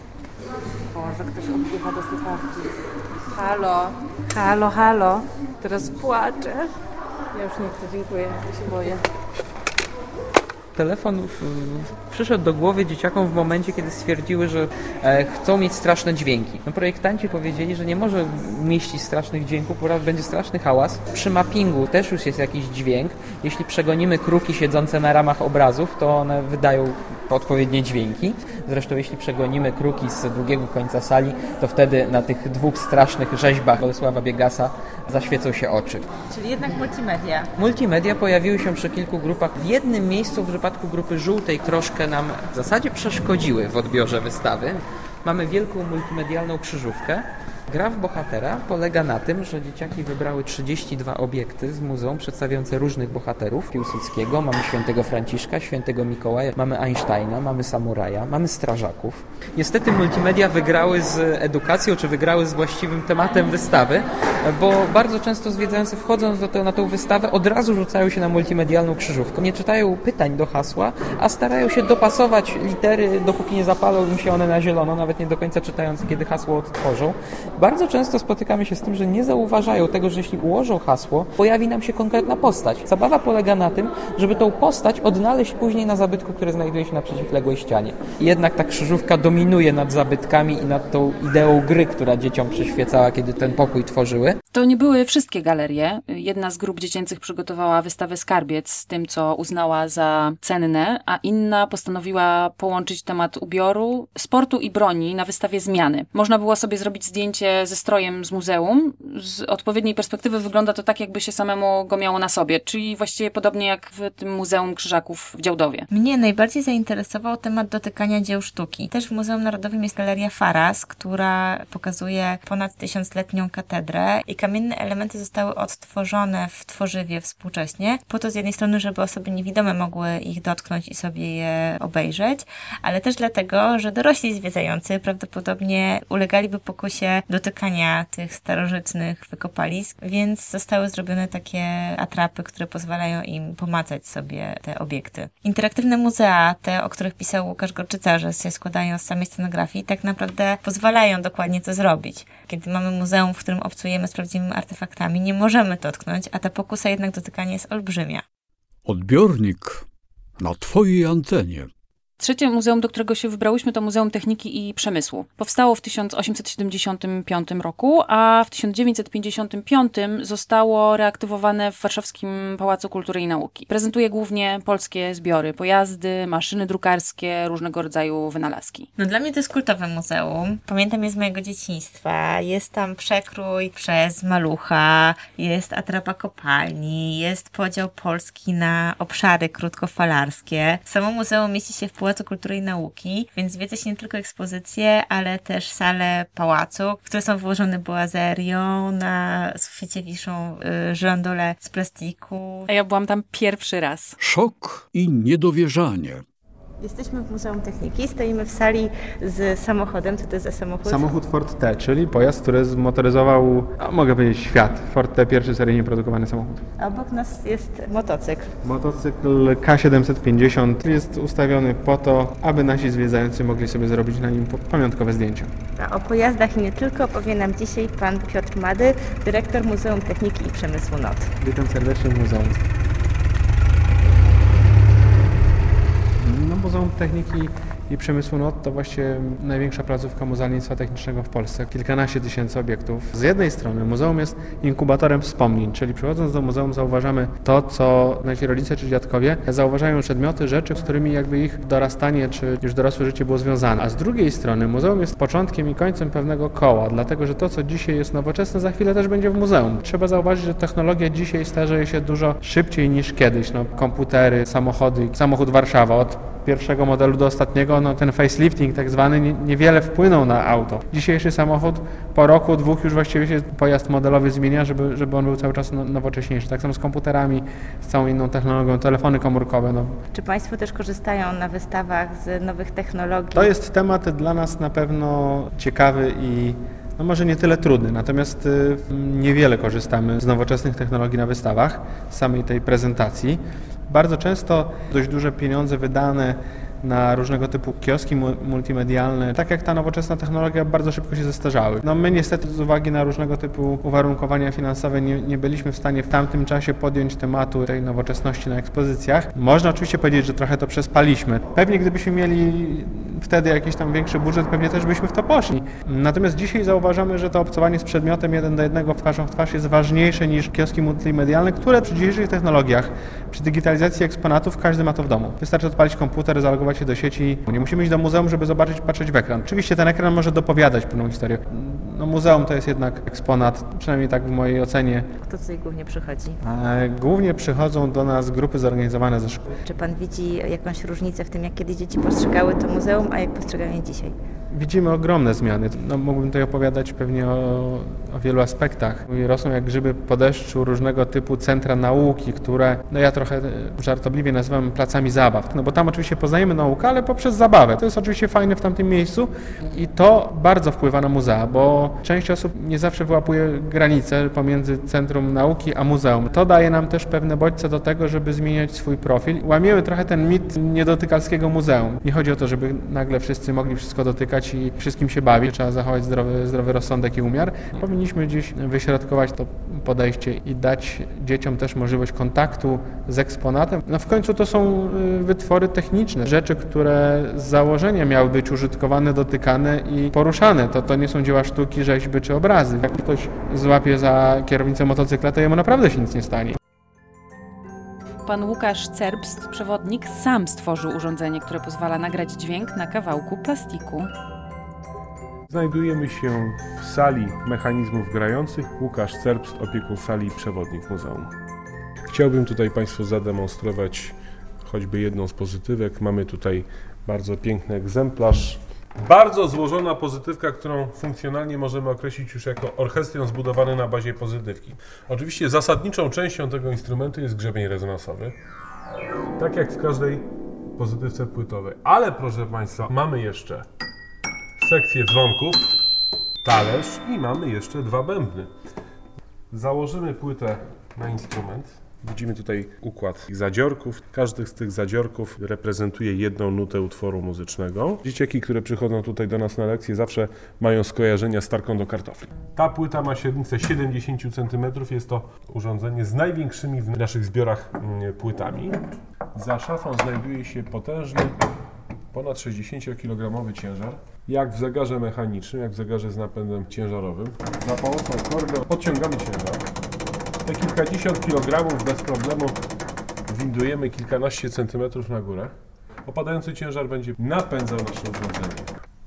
A: Boże, ktoś odpływa do słuchawki. Halo? Halo, halo? Teraz płaczę. Ja już nie chcę, dziękuję. Ja się boję.
L: Telefon w, w, przyszedł do głowy dzieciakom w momencie, kiedy stwierdziły, że e, chcą mieć straszne dźwięki. No, projektanci powiedzieli, że nie może mieścić strasznych dźwięków, bo raz będzie straszny hałas. Przy mappingu też już jest jakiś dźwięk. Jeśli przegonimy kruki siedzące na ramach obrazów, to one wydają odpowiednie dźwięki. Zresztą jeśli przegonimy kruki z drugiego końca sali, to wtedy na tych dwóch strasznych rzeźbach Bolesława Biegasa zaświecą się oczy.
B: Czyli jednak multimedia.
L: Multimedia pojawiły się przy kilku grupach. W jednym miejscu, w przypadku grupy żółtej, troszkę nam w zasadzie przeszkodziły w odbiorze wystawy. Mamy wielką multimedialną krzyżówkę. Gra w bohatera polega na tym, że dzieciaki wybrały trzydzieści dwa obiekty z muzeum przedstawiające różnych bohaterów. Piłsudskiego, mamy świętego Franciszka, świętego Mikołaja, mamy Einsteina, mamy samuraja, mamy strażaków. Niestety multimedia wygrały z edukacją, czy wygrały z właściwym tematem wystawy, bo bardzo często zwiedzający, wchodząc do to, na tą wystawę, od razu rzucają się na multimedialną krzyżówkę. Nie czytają pytań do hasła, a starają się dopasować litery, dopóki nie zapalą im się one na zielono, nawet nie do końca czytając, kiedy hasło odtworzą. Bardzo często spotykamy się z tym, że nie zauważają tego, że jeśli ułożą hasło, pojawi nam się konkretna postać. Zabawa polega na tym, żeby tą postać odnaleźć później na zabytku, który znajduje się na przeciwległej ścianie. I jednak ta krzyżówka dominuje nad zabytkami i nad tą ideą gry, która dzieciom przyświecała, kiedy ten pokój tworzyły.
A: To nie były wszystkie galerie. Jedna z grup dziecięcych przygotowała wystawę Skarbiec z tym, co uznała za cenne, a inna postanowiła połączyć temat ubioru, sportu i broni na wystawie Zmiany. Można było sobie zrobić zdjęcie ze strojem z muzeum. Z odpowiedniej perspektywy wygląda to tak, jakby się samemu go miało na sobie, czyli właściwie podobnie jak w tym Muzeum Krzyżaków w Działdowie.
B: Mnie najbardziej zainteresował temat dotykania dzieł sztuki. Też w Muzeum Narodowym jest galeria Faras, która pokazuje ponad tysiącletnią katedrę i kamienne elementy zostały odtworzone w tworzywie współcześnie, po to z jednej strony, żeby osoby niewidome mogły ich dotknąć i sobie je obejrzeć, ale też dlatego, że dorośli zwiedzający prawdopodobnie ulegaliby pokusie dotykania tych starożytnych wykopalisk, więc zostały zrobione takie atrapy, które pozwalają im pomacać sobie te obiekty. Interaktywne muzea, te, o których pisał Łukasz Gorczyca, że się składają z samej scenografii, tak naprawdę pozwalają dokładnie to zrobić. Kiedy mamy muzeum, w którym obcujemy z prawdziwymi artefaktami, nie możemy dotknąć, a ta pokusa jednak dotykania jest olbrzymia.
C: Odbiornik na twojej antenie.
A: Trzecie muzeum, do którego się wybrałyśmy, to Muzeum Techniki i Przemysłu. Powstało w tysiąc osiemset siedemdziesiątym piątym roku, a w tysiąc dziewięćset pięćdziesiątym piątym zostało reaktywowane w Warszawskim Pałacu Kultury i Nauki. Prezentuje głównie polskie zbiory, pojazdy, maszyny drukarskie, różnego rodzaju wynalazki.
B: No dla mnie to jest kultowe muzeum. Pamiętam je z mojego dzieciństwa. Jest tam przekrój przez malucha, jest atrapa kopalni, jest podział Polski na obszary krótkofalarskie. Samo muzeum mieści się w Pałacu Kultury i Nauki, więc zwiedza się nie tylko ekspozycje, ale też sale pałacu, które są wyłożone boazerią, na suficie wiszą y, żyrandole z plastiku.
A: A ja byłam tam pierwszy raz.
C: Szok i niedowierzanie.
B: Jesteśmy w Muzeum Techniki, stoimy w sali z samochodem. Co to jest za samochód?
M: Samochód Ford T, czyli pojazd, który zmotoryzował, no, mogę powiedzieć, świat. Ford T, pierwszy seryjnie produkowany samochód.
B: A obok nas jest motocykl.
M: Motocykl K siedemset pięćdziesiąt jest ustawiony po to, aby nasi zwiedzający mogli sobie zrobić na nim pamiątkowe zdjęcia.
B: A o pojazdach i nie tylko opowie nam dzisiaj pan Piotr Mady, dyrektor Muzeum Techniki i Przemysłu N O T.
M: Witam serdecznie w muzeum. No, Muzeum Techniki i przemysłu N O T to właściwie największa placówka muzealnictwa technicznego w Polsce. Kilkanaście tysięcy obiektów. Z jednej strony muzeum jest inkubatorem wspomnień, czyli przychodząc do muzeum zauważamy to, co nasi rodzice czy dziadkowie zauważają przedmioty, rzeczy, z którymi jakby ich dorastanie czy już dorosłe życie było związane. A z drugiej strony muzeum jest początkiem i końcem pewnego koła, dlatego że to, co dzisiaj jest nowoczesne, za chwilę też będzie w muzeum. Trzeba zauważyć, że technologia dzisiaj starzeje się dużo szybciej niż kiedyś. No, komputery, samochody, samochód Warszawa od pierwszego modelu do ostatniego, no ten facelifting tak zwany nie, niewiele wpłynął na auto. Dzisiejszy samochód po roku, dwóch już właściwie się pojazd modelowy zmienia, żeby, żeby on był cały czas nowocześniejszy. Tak samo z komputerami, z całą inną technologią, telefony komórkowe. No.
B: Czy Państwo też korzystają na wystawach z nowych technologii?
M: To jest temat dla nas na pewno ciekawy i no może nie tyle trudny, natomiast y, niewiele korzystamy z nowoczesnych technologii na wystawach, z samej tej prezentacji. Bardzo często dość duże pieniądze wydane na różnego typu kioski multimedialne, tak jak ta nowoczesna technologia, bardzo szybko się zestarzały. No my niestety z uwagi na różnego typu uwarunkowania finansowe nie, nie byliśmy w stanie w tamtym czasie podjąć tematu tej nowoczesności na ekspozycjach. Można oczywiście powiedzieć, że trochę to przespaliśmy. Pewnie gdybyśmy mieli wtedy jakiś tam większy budżet, pewnie też byśmy w to poszli. Natomiast dzisiaj zauważamy, że to obcowanie z przedmiotem jeden do jednego twarzą w twarz jest ważniejsze niż kioski multimedialne, które przy dzisiejszych technologiach, przy digitalizacji eksponatów każdy ma to w domu. Wystarczy odpalić komputer, zalogować się do sieci. Nie musimy iść do muzeum, żeby zobaczyć, patrzeć w ekran. Oczywiście ten ekran może dopowiadać pewną historię. No muzeum to jest jednak eksponat, przynajmniej tak w mojej ocenie.
B: Kto tutaj głównie przychodzi?
M: E, głównie przychodzą do nas grupy zorganizowane ze szkół.
B: Czy Pan widzi jakąś różnicę w tym, jak kiedyś dzieci postrzegały to muzeum, a jak postrzegają je dzisiaj?
M: Widzimy ogromne zmiany. No, mógłbym tutaj opowiadać pewnie o, o wielu aspektach. Rosną jak grzyby po deszczu różnego typu centra nauki, które no ja trochę żartobliwie nazywam placami zabaw. No bo tam oczywiście poznajemy naukę, ale poprzez zabawę. To jest oczywiście fajne w tamtym miejscu i to bardzo wpływa na muzea, bo część osób nie zawsze wyłapuje granice pomiędzy centrum nauki a muzeum. To daje nam też pewne bodźce do tego, żeby zmieniać swój profil. Łamiemy trochę ten mit niedotykalskiego muzeum. Nie chodzi o to, żeby nagle wszyscy mogli wszystko dotykać i wszystkim się bawić. Trzeba zachować zdrowy, zdrowy rozsądek i umiar. Powinniśmy gdzieś wyśrodkować to podejście i dać dzieciom też możliwość kontaktu z eksponatem. No w końcu to są wytwory techniczne, rzeczy, które z założenia miały być użytkowane, dotykane i poruszane. To, to nie są dzieła sztuki, rzeźby czy obrazy. Jak ktoś złapie za kierownicę motocykla, to jemu naprawdę się nic nie stanie.
A: Pan Łukasz Cerbst, przewodnik, sam stworzył urządzenie, które pozwala nagrać dźwięk na kawałku plastiku.
N: Znajdujemy się w sali mechanizmów grających. Łukasz Cerbst, opiekun sali i przewodnik muzeum. Chciałbym tutaj Państwu zademonstrować choćby jedną z pozytywek. Mamy tutaj bardzo piękny egzemplarz. Bardzo złożona pozytywka, którą funkcjonalnie możemy określić już jako orchestrion zbudowany na bazie pozytywki. Oczywiście zasadniczą częścią tego instrumentu jest grzebień rezonansowy, tak jak w każdej pozytywce płytowej. Ale proszę Państwa, mamy jeszcze sekcję dzwonków, talerz i mamy jeszcze dwa bębny. Założymy płytę na instrument. Widzimy tutaj układ zadziorków. Każdy z tych zadziorków reprezentuje jedną nutę utworu muzycznego. Dzieciaki, które przychodzą tutaj do nas na lekcje, zawsze mają skojarzenia z tarką do kartofli. Ta płyta ma średnicę siedemdziesiąt centymetrów. Jest to urządzenie z największymi w naszych zbiorach płytami. Za szafą znajduje się potężny, ponad sześćdziesięciokilogramowy ciężar. Jak w zegarze mechanicznym, jak w zegarze z napędem ciężarowym. Za pomocą kordy podciągamy ciężar. Te kilkadziesiąt kilogramów bez problemu windujemy kilkanaście centymetrów na górę. Opadający ciężar będzie napędzał nasze urządzenie.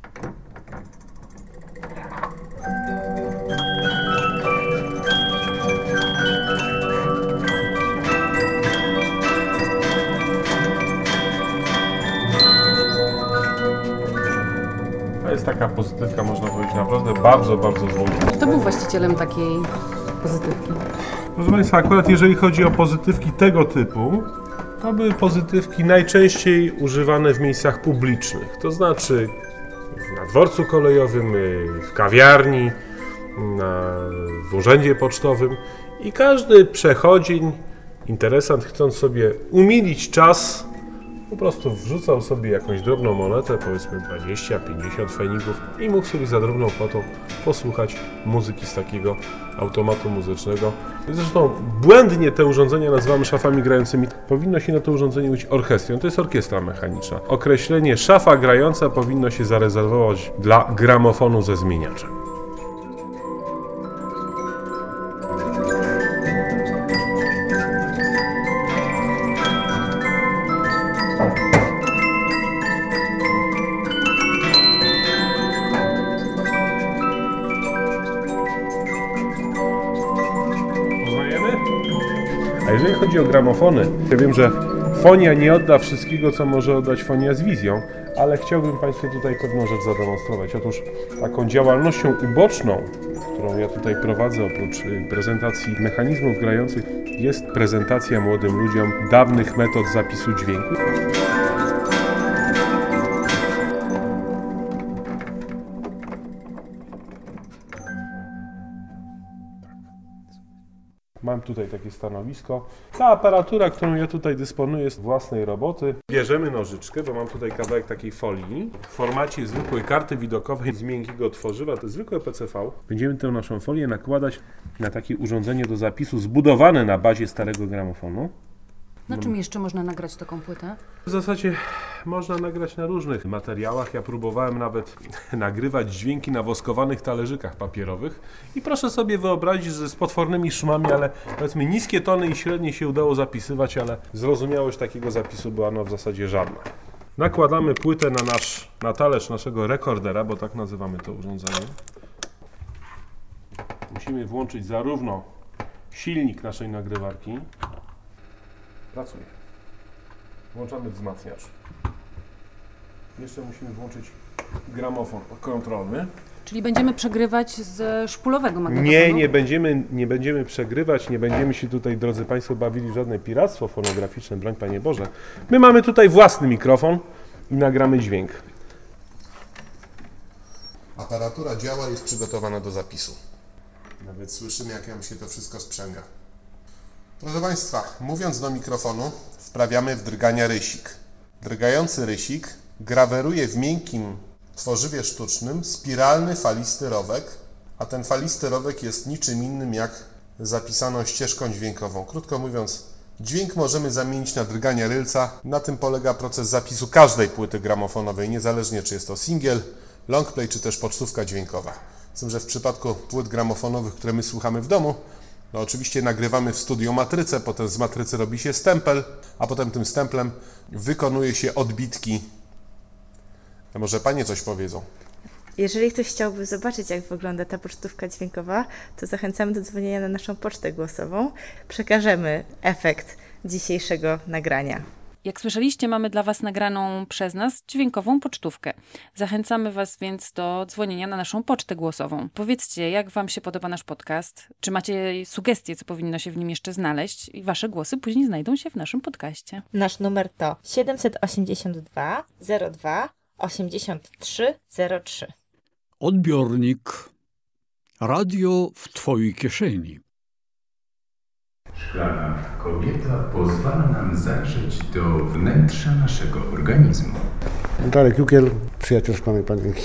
N: To jest taka pozytywka, można powiedzieć, naprawdę bardzo, bardzo złożona.
G: Kto był właścicielem takiej pozytywki?
N: Proszę Państwa, akurat jeżeli chodzi o pozytywki tego typu, to były pozytywki najczęściej używane w miejscach publicznych, to znaczy na dworcu kolejowym, w kawiarni, na, w urzędzie pocztowym i każdy przechodzień, interesant, chcąc sobie umilić czas, po prostu wrzucał sobie jakąś drobną monetę, powiedzmy dwadzieścia pięćdziesiąt feników i mógł sobie za drobną kwotą posłuchać muzyki z takiego automatu muzycznego. Zresztą błędnie te urządzenia nazywamy szafami grającymi. Powinno się na to urządzenie mówić orchestrą. To jest orkiestra mechaniczna. Określenie szafa grająca powinno się zarezerwować dla gramofonu ze zmieniaczem. A jeżeli chodzi o gramofony, ja wiem, że fonia nie odda wszystkiego, co może oddać fonia z wizją, ale chciałbym Państwu tutaj pewną rzecz zademonstrować. Otóż taką działalnością uboczną, którą ja tutaj prowadzę oprócz prezentacji mechanizmów grających, jest prezentacja młodym ludziom dawnych metod zapisu dźwięku. Mam tutaj takie stanowisko. Ta aparatura, którą ja tutaj dysponuję, jest własnej roboty. Bierzemy nożyczkę, bo mam tutaj kawałek takiej folii w formacie zwykłej karty widokowej z miękkiego tworzywa, to jest zwykłe P C V. Będziemy tę naszą folię nakładać na takie urządzenie do zapisu zbudowane na bazie starego gramofonu.
A: Na czym jeszcze można nagrać taką płytę?
N: W zasadzie można nagrać na różnych materiałach. Ja próbowałem nawet nagrywać dźwięki na woskowanych talerzykach papierowych i proszę sobie wyobrazić, że z potwornymi szumami, ale powiedzmy niskie tony i średnie się udało zapisywać, ale zrozumiałość takiego zapisu była no w zasadzie żadna. Nakładamy płytę na, nasz, na talerz naszego rekordera, bo tak nazywamy to urządzenie. Musimy włączyć zarówno silnik naszej nagrywarki. Pracuje. Włączamy wzmacniacz. Jeszcze musimy włączyć gramofon kontrolny.
A: Czyli będziemy przegrywać z szpulowego magnetofonu?
N: Nie, nie będziemy, nie będziemy przegrywać, nie będziemy się tutaj, drodzy Państwo, bawili w żadne piractwo fonograficzne, broń Panie Boże. My mamy tutaj własny mikrofon i nagramy dźwięk.
O: Aparatura działa, jest przygotowana do zapisu. Nawet słyszymy, jak nam się to wszystko sprzęga. Proszę Państwa, mówiąc do mikrofonu, wprawiamy w drgania rysik. Drgający rysik graweruje w miękkim tworzywie sztucznym spiralny falisty rowek, a ten falisty rowek jest niczym innym jak zapisaną ścieżką dźwiękową. Krótko mówiąc, dźwięk możemy zamienić na drgania rylca. Na tym polega proces zapisu każdej płyty gramofonowej, niezależnie czy jest to singiel, longplay czy też pocztówka dźwiękowa. Z tym, że w przypadku płyt gramofonowych, które my słuchamy w domu, no oczywiście nagrywamy w studiu matrycę, potem z matrycy robi się stempel, a potem tym stemplem wykonuje się odbitki. A może Panie coś powiedzą?
B: Jeżeli ktoś chciałby zobaczyć, jak wygląda ta pocztówka dźwiękowa, to zachęcamy do dzwonienia na naszą pocztę głosową. Przekażemy efekt dzisiejszego nagrania.
A: Jak słyszeliście, mamy dla Was nagraną przez nas dźwiękową pocztówkę. Zachęcamy Was więc do dzwonienia na naszą pocztę głosową. Powiedzcie, jak Wam się podoba nasz podcast, czy macie sugestie, co powinno się w nim jeszcze znaleźć i Wasze głosy później znajdą się w naszym podcaście.
B: Nasz numer to siedem osiem dwa zero dwa osiemdziesiąt trzy zero trzy.
C: Odbiornik. Radio w Twojej kieszeni.
P: Szklana kobieta pozwala nam zajrzeć do wnętrza naszego organizmu.
Q: Darek Jukiel, przyjaciel Szklanej Panienki.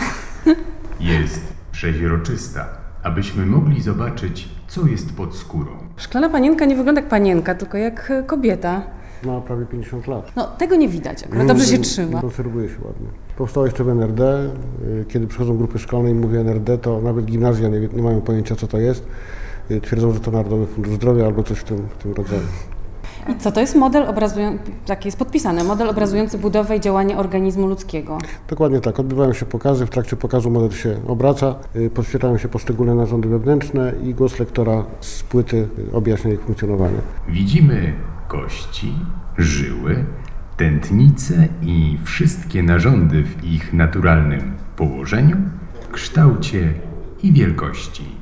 P: Jest przeźroczysta, abyśmy mogli zobaczyć, co jest pod skórą.
G: Szklana Panienka nie wygląda jak panienka, tylko jak kobieta.
Q: Ma prawie pięćdziesiąt lat.
G: No, tego nie widać, akurat dobrze się trzyma.
Q: Konserwuje się ładnie. Powstała jeszcze w N R D. Kiedy przychodzą grupy szkolne i mówię N R D, to nawet gimnazja nie, nie mają pojęcia, co to jest. Twierdzą, że to Narodowy Fundusz Zdrowia albo coś w tym, w tym rodzaju.
G: I co to jest model obrazujący, tak jest podpisane, model obrazujący budowę i działanie organizmu ludzkiego?
Q: Dokładnie tak. Odbywają się pokazy, w trakcie pokazu model się obraca, podświetlają się poszczególne narządy wewnętrzne i głos lektora z płyty objaśnia ich funkcjonowanie.
P: Widzimy kości, żyły, tętnice i wszystkie narządy w ich naturalnym położeniu, kształcie i wielkości.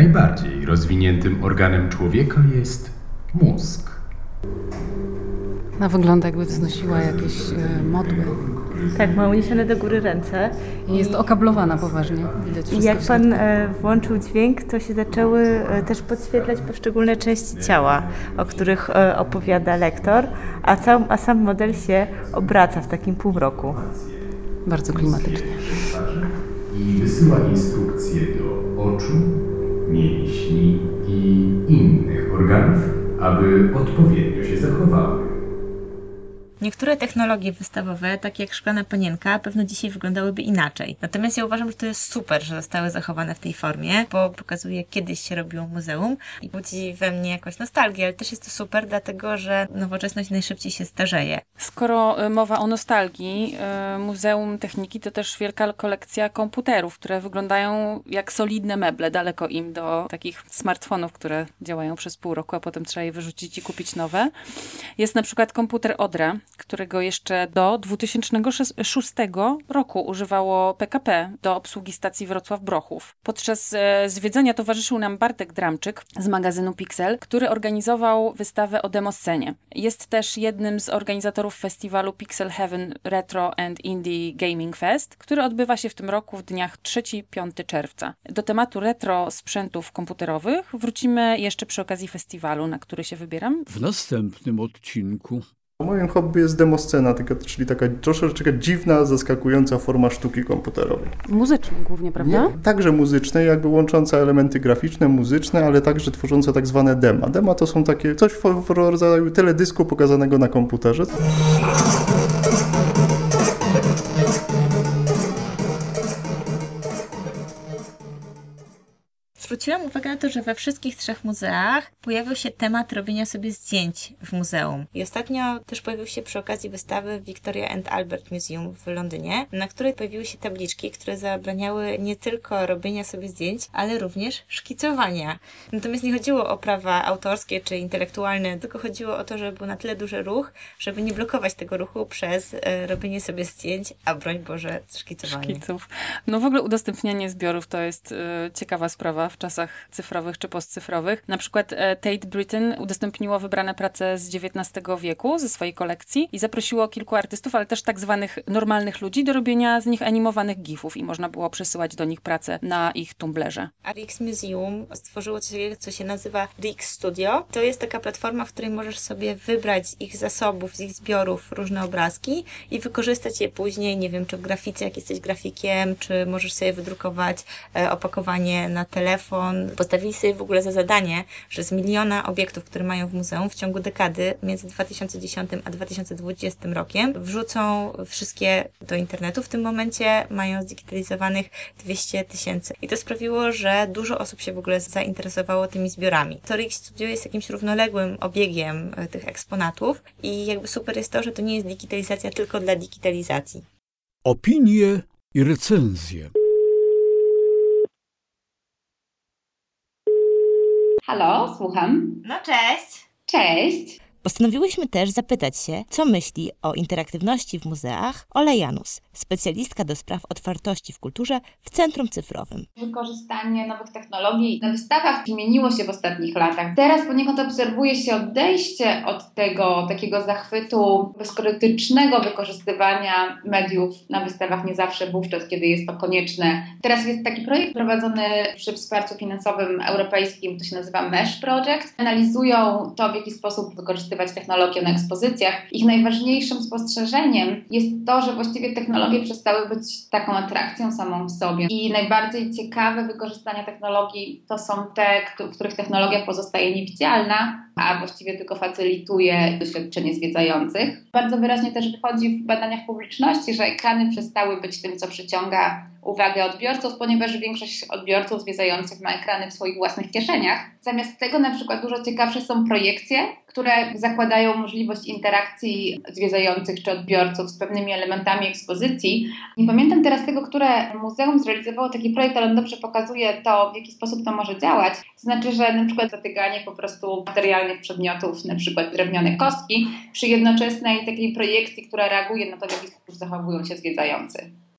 P: Najbardziej rozwiniętym organem człowieka jest mózg.
G: Ona wygląda, jakby wznosiła jakieś e, modły.
B: Tak, ma uniesione do góry ręce.
G: I jest okablowana poważnie. Widać
B: I jak pan e, włączył dźwięk, to się zaczęły e, też podświetlać poszczególne części ciała, o których e, opowiada lektor, a, cał, a sam model się obraca w takim półmroku.
G: Bardzo klimatycznie.
P: I wysyła instrukcje do oczu, mięśni i innych organów, aby odpowiednio się zachowały.
B: Niektóre technologie wystawowe, takie jak Szklana Panienka, pewno dzisiaj wyglądały inaczej. Natomiast ja uważam, że to jest super, że zostały zachowane w tej formie, bo pokazuje, jak kiedyś się robiło muzeum i budzi we mnie jakąś nostalgię, ale też jest to super, dlatego że nowoczesność najszybciej się starzeje.
A: Skoro mowa o nostalgii, Muzeum Techniki to też wielka kolekcja komputerów, które wyglądają jak solidne meble, daleko im do takich smartfonów, które działają przez pół roku, a potem trzeba je wyrzucić i kupić nowe. Jest na przykład komputer Odra, którego jeszcze do dwa tysiące szóstego roku używało P K P do obsługi stacji Wrocław-Brochów. Podczas e, zwiedzania towarzyszył nam Bartek Dramczyk z magazynu Pixel, który organizował wystawę o demoscenie. Jest też jednym z organizatorów festiwalu Pixel Heaven Retro and Indie Gaming Fest, który odbywa się w tym roku w dniach trzeciego do piątego czerwca. Do tematu retro sprzętów komputerowych wrócimy jeszcze przy okazji festiwalu, na który się wybieram.
C: W następnym odcinku.
R: Moim hobby jest demoscena, czyli taka troszeczkę dziwna, zaskakująca forma sztuki komputerowej.
G: Muzycznej głównie, prawda?
R: Nie, także muzycznej, jakby łącząca elementy graficzne, muzyczne, ale także tworzące tak zwane dema. Dema to są takie coś w, w rodzaju teledysku pokazanego na komputerze.
B: Zwróciłam uwagę na to, że we wszystkich trzech muzeach pojawił się temat robienia sobie zdjęć w muzeum. I ostatnio też pojawił się przy okazji wystawy Victoria and Albert Museum w Londynie, na której pojawiły się tabliczki, które zabraniały nie tylko robienia sobie zdjęć, ale również szkicowania. Natomiast nie chodziło o prawa autorskie czy intelektualne, tylko chodziło o to, żeby był na tyle duży ruch, żeby nie blokować tego ruchu przez e, robienie sobie zdjęć, a broń Boże, szkicowanie.
A: Szkiców. No w ogóle udostępnianie zbiorów to jest e, ciekawa sprawa w czasach cyfrowych czy postcyfrowych. Na przykład Tate Britain udostępniło wybrane prace z dziewiętnastego wieku ze swojej kolekcji i zaprosiło kilku artystów, ale też tak zwanych normalnych ludzi do robienia z nich animowanych gifów i można było przesyłać do nich prace na ich Tumblerze.
B: A Rix Museum stworzyło coś takiego, co się nazywa Rix Studio. To jest taka platforma, w której możesz sobie wybrać z ich zasobów, z ich zbiorów różne obrazki i wykorzystać je później, nie wiem, czy w grafice, jak jesteś grafikiem, czy możesz sobie wydrukować e, opakowanie na telefon. Postawili sobie w ogóle za zadanie, że z miliona obiektów, które mają w muzeum w ciągu dekady między dwa tysiące dziesiątym a dwa tysiące dwudziestym rokiem wrzucą wszystkie do internetu. W tym momencie mają zdigitalizowanych dwieście tysięcy. I to sprawiło, że dużo osób się w ogóle zainteresowało tymi zbiorami. To Rix Studio jest jakimś równoległym obiegiem tych eksponatów i jakby super jest to, że to nie jest digitalizacja tylko dla digitalizacji.
C: Opinie i recenzje.
S: Halo, słucham.
B: No cześć.
S: Cześć.
B: Postanowiłyśmy też zapytać się, co myśli o interaktywności w muzeach Ola Janus, specjalistka do spraw otwartości w kulturze w Centrum Cyfrowym.
S: Wykorzystanie nowych technologii na wystawach zmieniło się w ostatnich latach. Teraz poniekąd obserwuje się odejście od tego takiego zachwytu bezkrytycznego wykorzystywania mediów na wystawach, nie zawsze wówczas, kiedy jest to konieczne. Teraz jest taki projekt prowadzony przy wsparciu finansowym europejskim, to się nazywa Mesh Project. Analizują to, w jaki sposób wykorzystywać technologie na ekspozycjach. Ich najważniejszym spostrzeżeniem jest to, że właściwie technologie przestały być taką atrakcją samą w sobie. I najbardziej ciekawe wykorzystania technologii to są te, w których technologia pozostaje niewidzialna, a właściwie tylko facylituje doświadczenie zwiedzających. Bardzo wyraźnie też wychodzi w badaniach publiczności, że ekrany przestały być tym, co przyciąga uwagę odbiorców, ponieważ większość odbiorców zwiedzających ma ekrany w swoich własnych kieszeniach. Zamiast tego na przykład dużo ciekawsze są projekcje, które zakładają możliwość interakcji zwiedzających czy odbiorców z pewnymi elementami ekspozycji. Nie pamiętam teraz tego, które muzeum zrealizowało taki projekt, ale on dobrze pokazuje to, w jaki sposób to może działać. To znaczy, że na przykład zatykanie po prostu materialnych przedmiotów, na przykład drewniane kostki, przy jednoczesnej takiej projekcji, która reaguje na to, w jaki sposób zachowują się zwiedzający.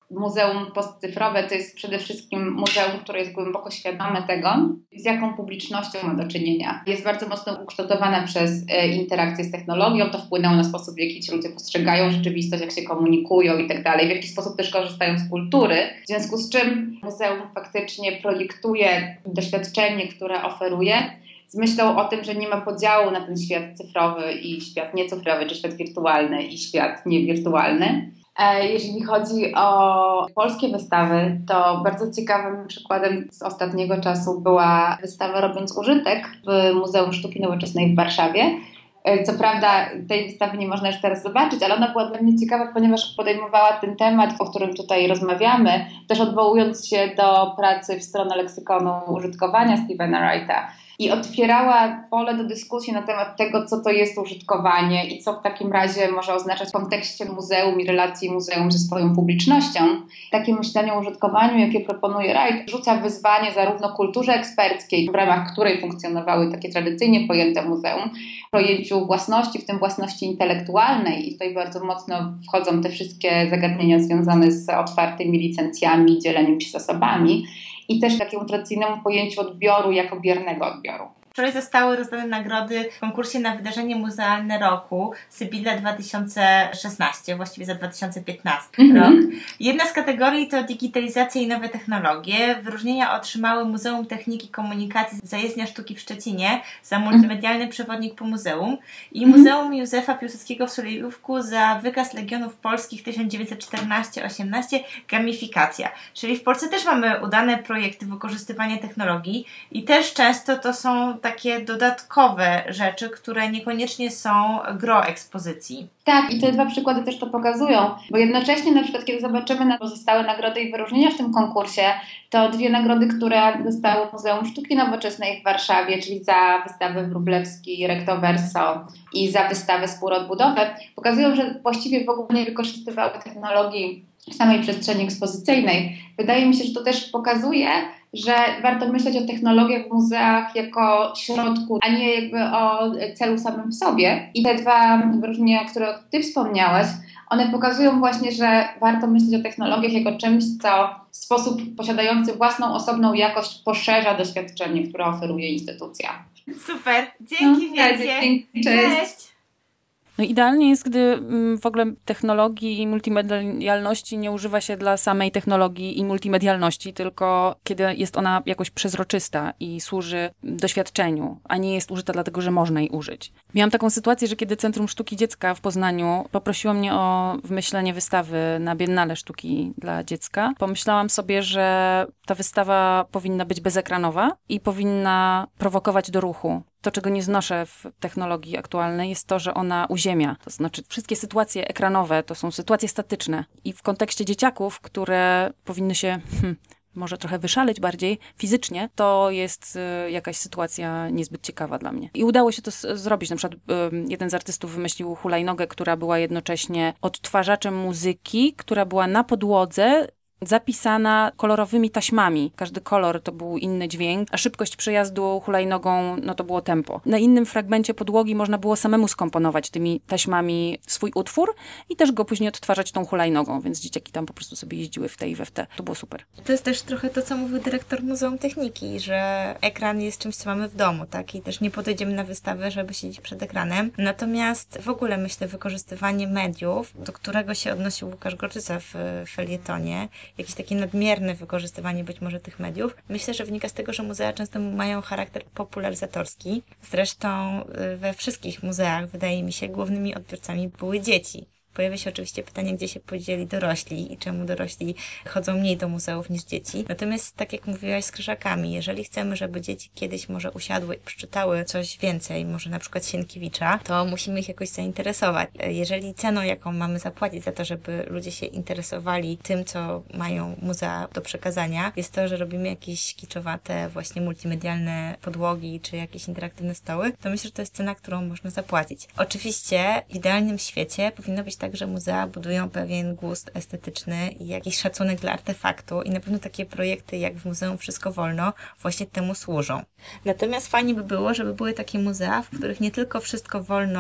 S: Muzeum postcyfrowe to jest przede wszystkim muzeum, które jest głęboko świadome tego, z jaką publicznością ma do czynienia. Jest bardzo mocno ukształtowana przez interakcję z technologią, to wpłynęło na sposób, w jaki ci ludzie postrzegają rzeczywistość, jak się komunikują i tak dalej, w jaki sposób też korzystają z kultury. W związku z czym muzeum faktycznie projektuje doświadczenie, które oferuje, z myślą o tym, że nie ma podziału na ten świat cyfrowy i świat niecyfrowy, czy świat wirtualny i świat niewirtualny. Jeżeli chodzi o polskie wystawy, to bardzo ciekawym przykładem z ostatniego czasu była wystawa Robiąc użytek w Muzeum Sztuki Nowoczesnej w Warszawie. Co prawda tej wystawy nie można już teraz zobaczyć, ale ona była dla mnie ciekawa, ponieważ podejmowała ten temat, o którym tutaj rozmawiamy, też odwołując się do pracy w stronę leksykonu użytkowania Stephena Wrighta. I otwierała pole do dyskusji na temat tego, co to jest użytkowanie i co w takim razie może oznaczać w kontekście muzeum i relacji muzeum ze swoją publicznością. Takie myślenie o użytkowaniu, jakie proponuje Wright, rzuca wyzwanie zarówno kulturze eksperckiej, w ramach której funkcjonowały takie tradycyjnie pojęte muzeum, pojęciu własności, w tym własności intelektualnej. I tutaj bardzo mocno wchodzą te wszystkie zagadnienia związane z otwartymi licencjami, dzieleniem się zasobami, i też takiemu tradycyjnemu pojęciu odbioru jako biernego odbioru.
B: Wczoraj zostały rozdane nagrody w konkursie na wydarzenie muzealne roku Sybilla dwa tysiące szesnaście, właściwie za dwa tysiące piętnasty mm-hmm. rok. Jedna z kategorii to digitalizacja i nowe technologie. Wyróżnienia otrzymały Muzeum Techniki i Komunikacji Zajezdnia Sztuki w Szczecinie za multimedialny przewodnik po muzeum i Muzeum Józefa Piłsudskiego w Sulejówku za wykaz Legionów Polskich tysiąc dziewięćset czternaście osiemnaście gamifikacja. Czyli w Polsce też mamy udane projekty wykorzystywania technologii i też często to są takie dodatkowe rzeczy, które niekoniecznie są gro ekspozycji.
S: Tak, i te dwa przykłady też to pokazują, bo jednocześnie na przykład kiedy zobaczymy na pozostałe nagrody i wyróżnienia w tym konkursie, to dwie nagrody, które dostało Muzeum Sztuki Nowoczesnej w Warszawie, czyli za wystawę Wróblewski Recto Verso i za wystawę Spór odbudowę, pokazują, że właściwie w ogóle nie wykorzystywały technologii w samej przestrzeni ekspozycyjnej. Wydaje mi się, że to też pokazuje, że warto myśleć o technologiach w muzeach jako środku, a nie jakby o celu samym w sobie. I te dwa wyróżnienia, o których Ty wspomniałaś, one pokazują właśnie, że warto myśleć o technologiach jako czymś, co w sposób posiadający własną osobną jakość poszerza doświadczenie, które oferuje instytucja.
B: Super, dzięki no, wielkie.
S: Dzięki, cześć.
B: Cześć.
A: No idealnie jest, gdy w ogóle technologii i multimedialności nie używa się dla samej technologii i multimedialności, tylko kiedy jest ona jakoś przezroczysta i służy doświadczeniu, a nie jest użyta dlatego, że można jej użyć. Miałam taką sytuację, że kiedy Centrum Sztuki Dziecka w Poznaniu poprosiło mnie o wymyślenie wystawy na Biennale Sztuki dla Dziecka, pomyślałam sobie, że ta wystawa powinna być bezekranowa i powinna prowokować do ruchu. To, czego nie znoszę w technologii aktualnej, jest to, że ona uziemia. To znaczy wszystkie sytuacje ekranowe to są sytuacje statyczne. I w kontekście dzieciaków, które powinny się hmm, może trochę wyszaleć bardziej fizycznie, to jest y, jakaś sytuacja niezbyt ciekawa dla mnie. I udało się to s- zrobić. Na przykład y, jeden z artystów wymyślił hulajnogę, która była jednocześnie odtwarzaczem muzyki, która była na podłodze, zapisana kolorowymi taśmami. Każdy kolor to był inny dźwięk, a szybkość przejazdu hulajnogą, no to było tempo. Na innym fragmencie podłogi można było samemu skomponować tymi taśmami swój utwór i też go później odtwarzać tą hulajnogą, więc dzieciaki tam po prostu sobie jeździły w te i we w te. To było super.
B: To jest też trochę to, co mówił dyrektor Muzeum Techniki, że ekran jest czymś, co mamy w domu, tak? I też nie podejdziemy na wystawę, żeby siedzieć przed ekranem. Natomiast w ogóle myślę, wykorzystywanie mediów, do którego się odnosił Łukasz Gorczyca w felietonie, jakieś takie nadmierne wykorzystywanie być może tych mediów. Myślę, że wynika z tego, że muzea często mają charakter popularyzatorski. Zresztą we wszystkich muzeach, wydaje mi się, głównymi odbiorcami były dzieci. Pojawia się oczywiście pytanie, gdzie się podzieli dorośli i czemu dorośli chodzą mniej do muzeów niż dzieci. Natomiast tak jak mówiłaś z Kryżakami, jeżeli chcemy, żeby dzieci kiedyś może usiadły i przeczytały coś więcej, może na przykład Sienkiewicza, to musimy ich jakoś zainteresować. Jeżeli ceną, jaką mamy zapłacić za to, żeby ludzie się interesowali tym, co mają muzea do przekazania, jest to, że robimy jakieś kiczowate, właśnie multimedialne podłogi, czy jakieś interaktywne stoły, to myślę, że to jest cena, którą można zapłacić. Oczywiście w idealnym świecie powinno być tak, że muzea budują pewien gust estetyczny i jakiś szacunek dla artefaktu i na pewno takie projekty jak w Muzeum Wszystko Wolno właśnie temu służą. Natomiast fajnie by było, żeby były takie muzea, w których nie tylko wszystko wolno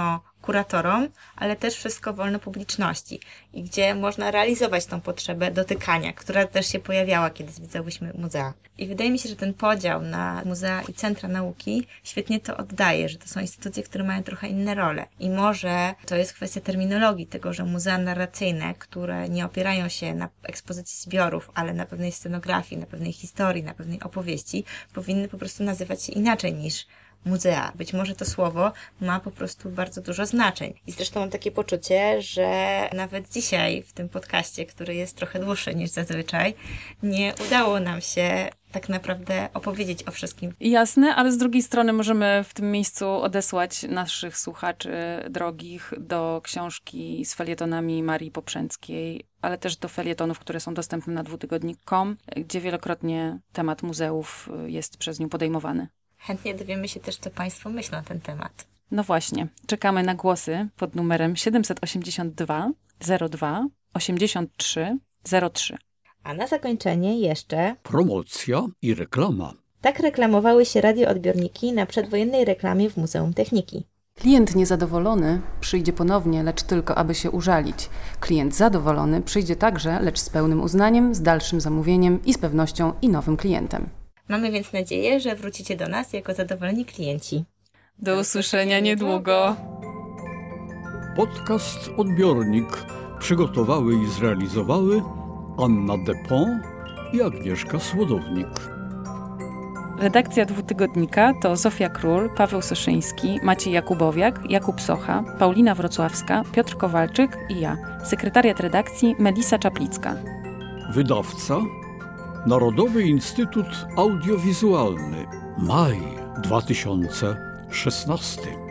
B: kuratorom, ale też wszystko wolno publiczności i gdzie można realizować tą potrzebę dotykania, która też się pojawiała, kiedy zwiedzałyśmy muzea. I wydaje mi się, że ten podział na muzea i centra nauki świetnie to oddaje, że to są instytucje, które mają trochę inne role. I może to jest kwestia terminologii, tego, że muzea narracyjne, które nie opierają się na ekspozycji zbiorów, ale na pewnej scenografii, na pewnej historii, na pewnej opowieści, powinny po prostu nazywać się inaczej niż muzea. Być może to słowo ma po prostu bardzo dużo znaczeń. I zresztą mam takie poczucie, że nawet dzisiaj w tym podcaście, który jest trochę dłuższy niż zazwyczaj, nie udało nam się tak naprawdę opowiedzieć o wszystkim.
A: Jasne, ale z drugiej strony możemy w tym miejscu odesłać naszych słuchaczy drogich do książki z felietonami Marii Poprzęckiej, ale też do felietonów, które są dostępne na dwutygodnik kropka com, gdzie wielokrotnie temat muzeów jest przez nią podejmowany.
B: Chętnie dowiemy się też, co Państwo myślą na ten temat.
A: No właśnie, czekamy na głosy pod numerem siedemset osiemdziesiąt dwa zero dwa osiemdziesiąt trzy zero trzy.
B: A na zakończenie jeszcze
C: promocja i reklama.
B: Tak reklamowały się radioodbiorniki na przedwojennej reklamie w Muzeum Techniki.
G: Klient niezadowolony przyjdzie ponownie, lecz tylko aby się użalić. Klient zadowolony przyjdzie także, lecz z pełnym uznaniem, z dalszym zamówieniem i z pewnością i nowym klientem.
B: Mamy więc nadzieję, że wrócicie do nas jako zadowoleni klienci.
A: Do usłyszenia niedługo.
C: Podcast Odbiornik przygotowały i zrealizowały Anna Depon i Agnieszka Słodownik.
A: Redakcja dwutygodnika to Zofia Król, Paweł Soszyński, Maciej Jakubowiak, Jakub Socha, Paulina Wrocławska, Piotr Kowalczyk i ja. Sekretariat redakcji Melisa Czaplicka.
C: Wydawca Narodowy Instytut Audiowizualny. Maj dwa tysiące szesnasty.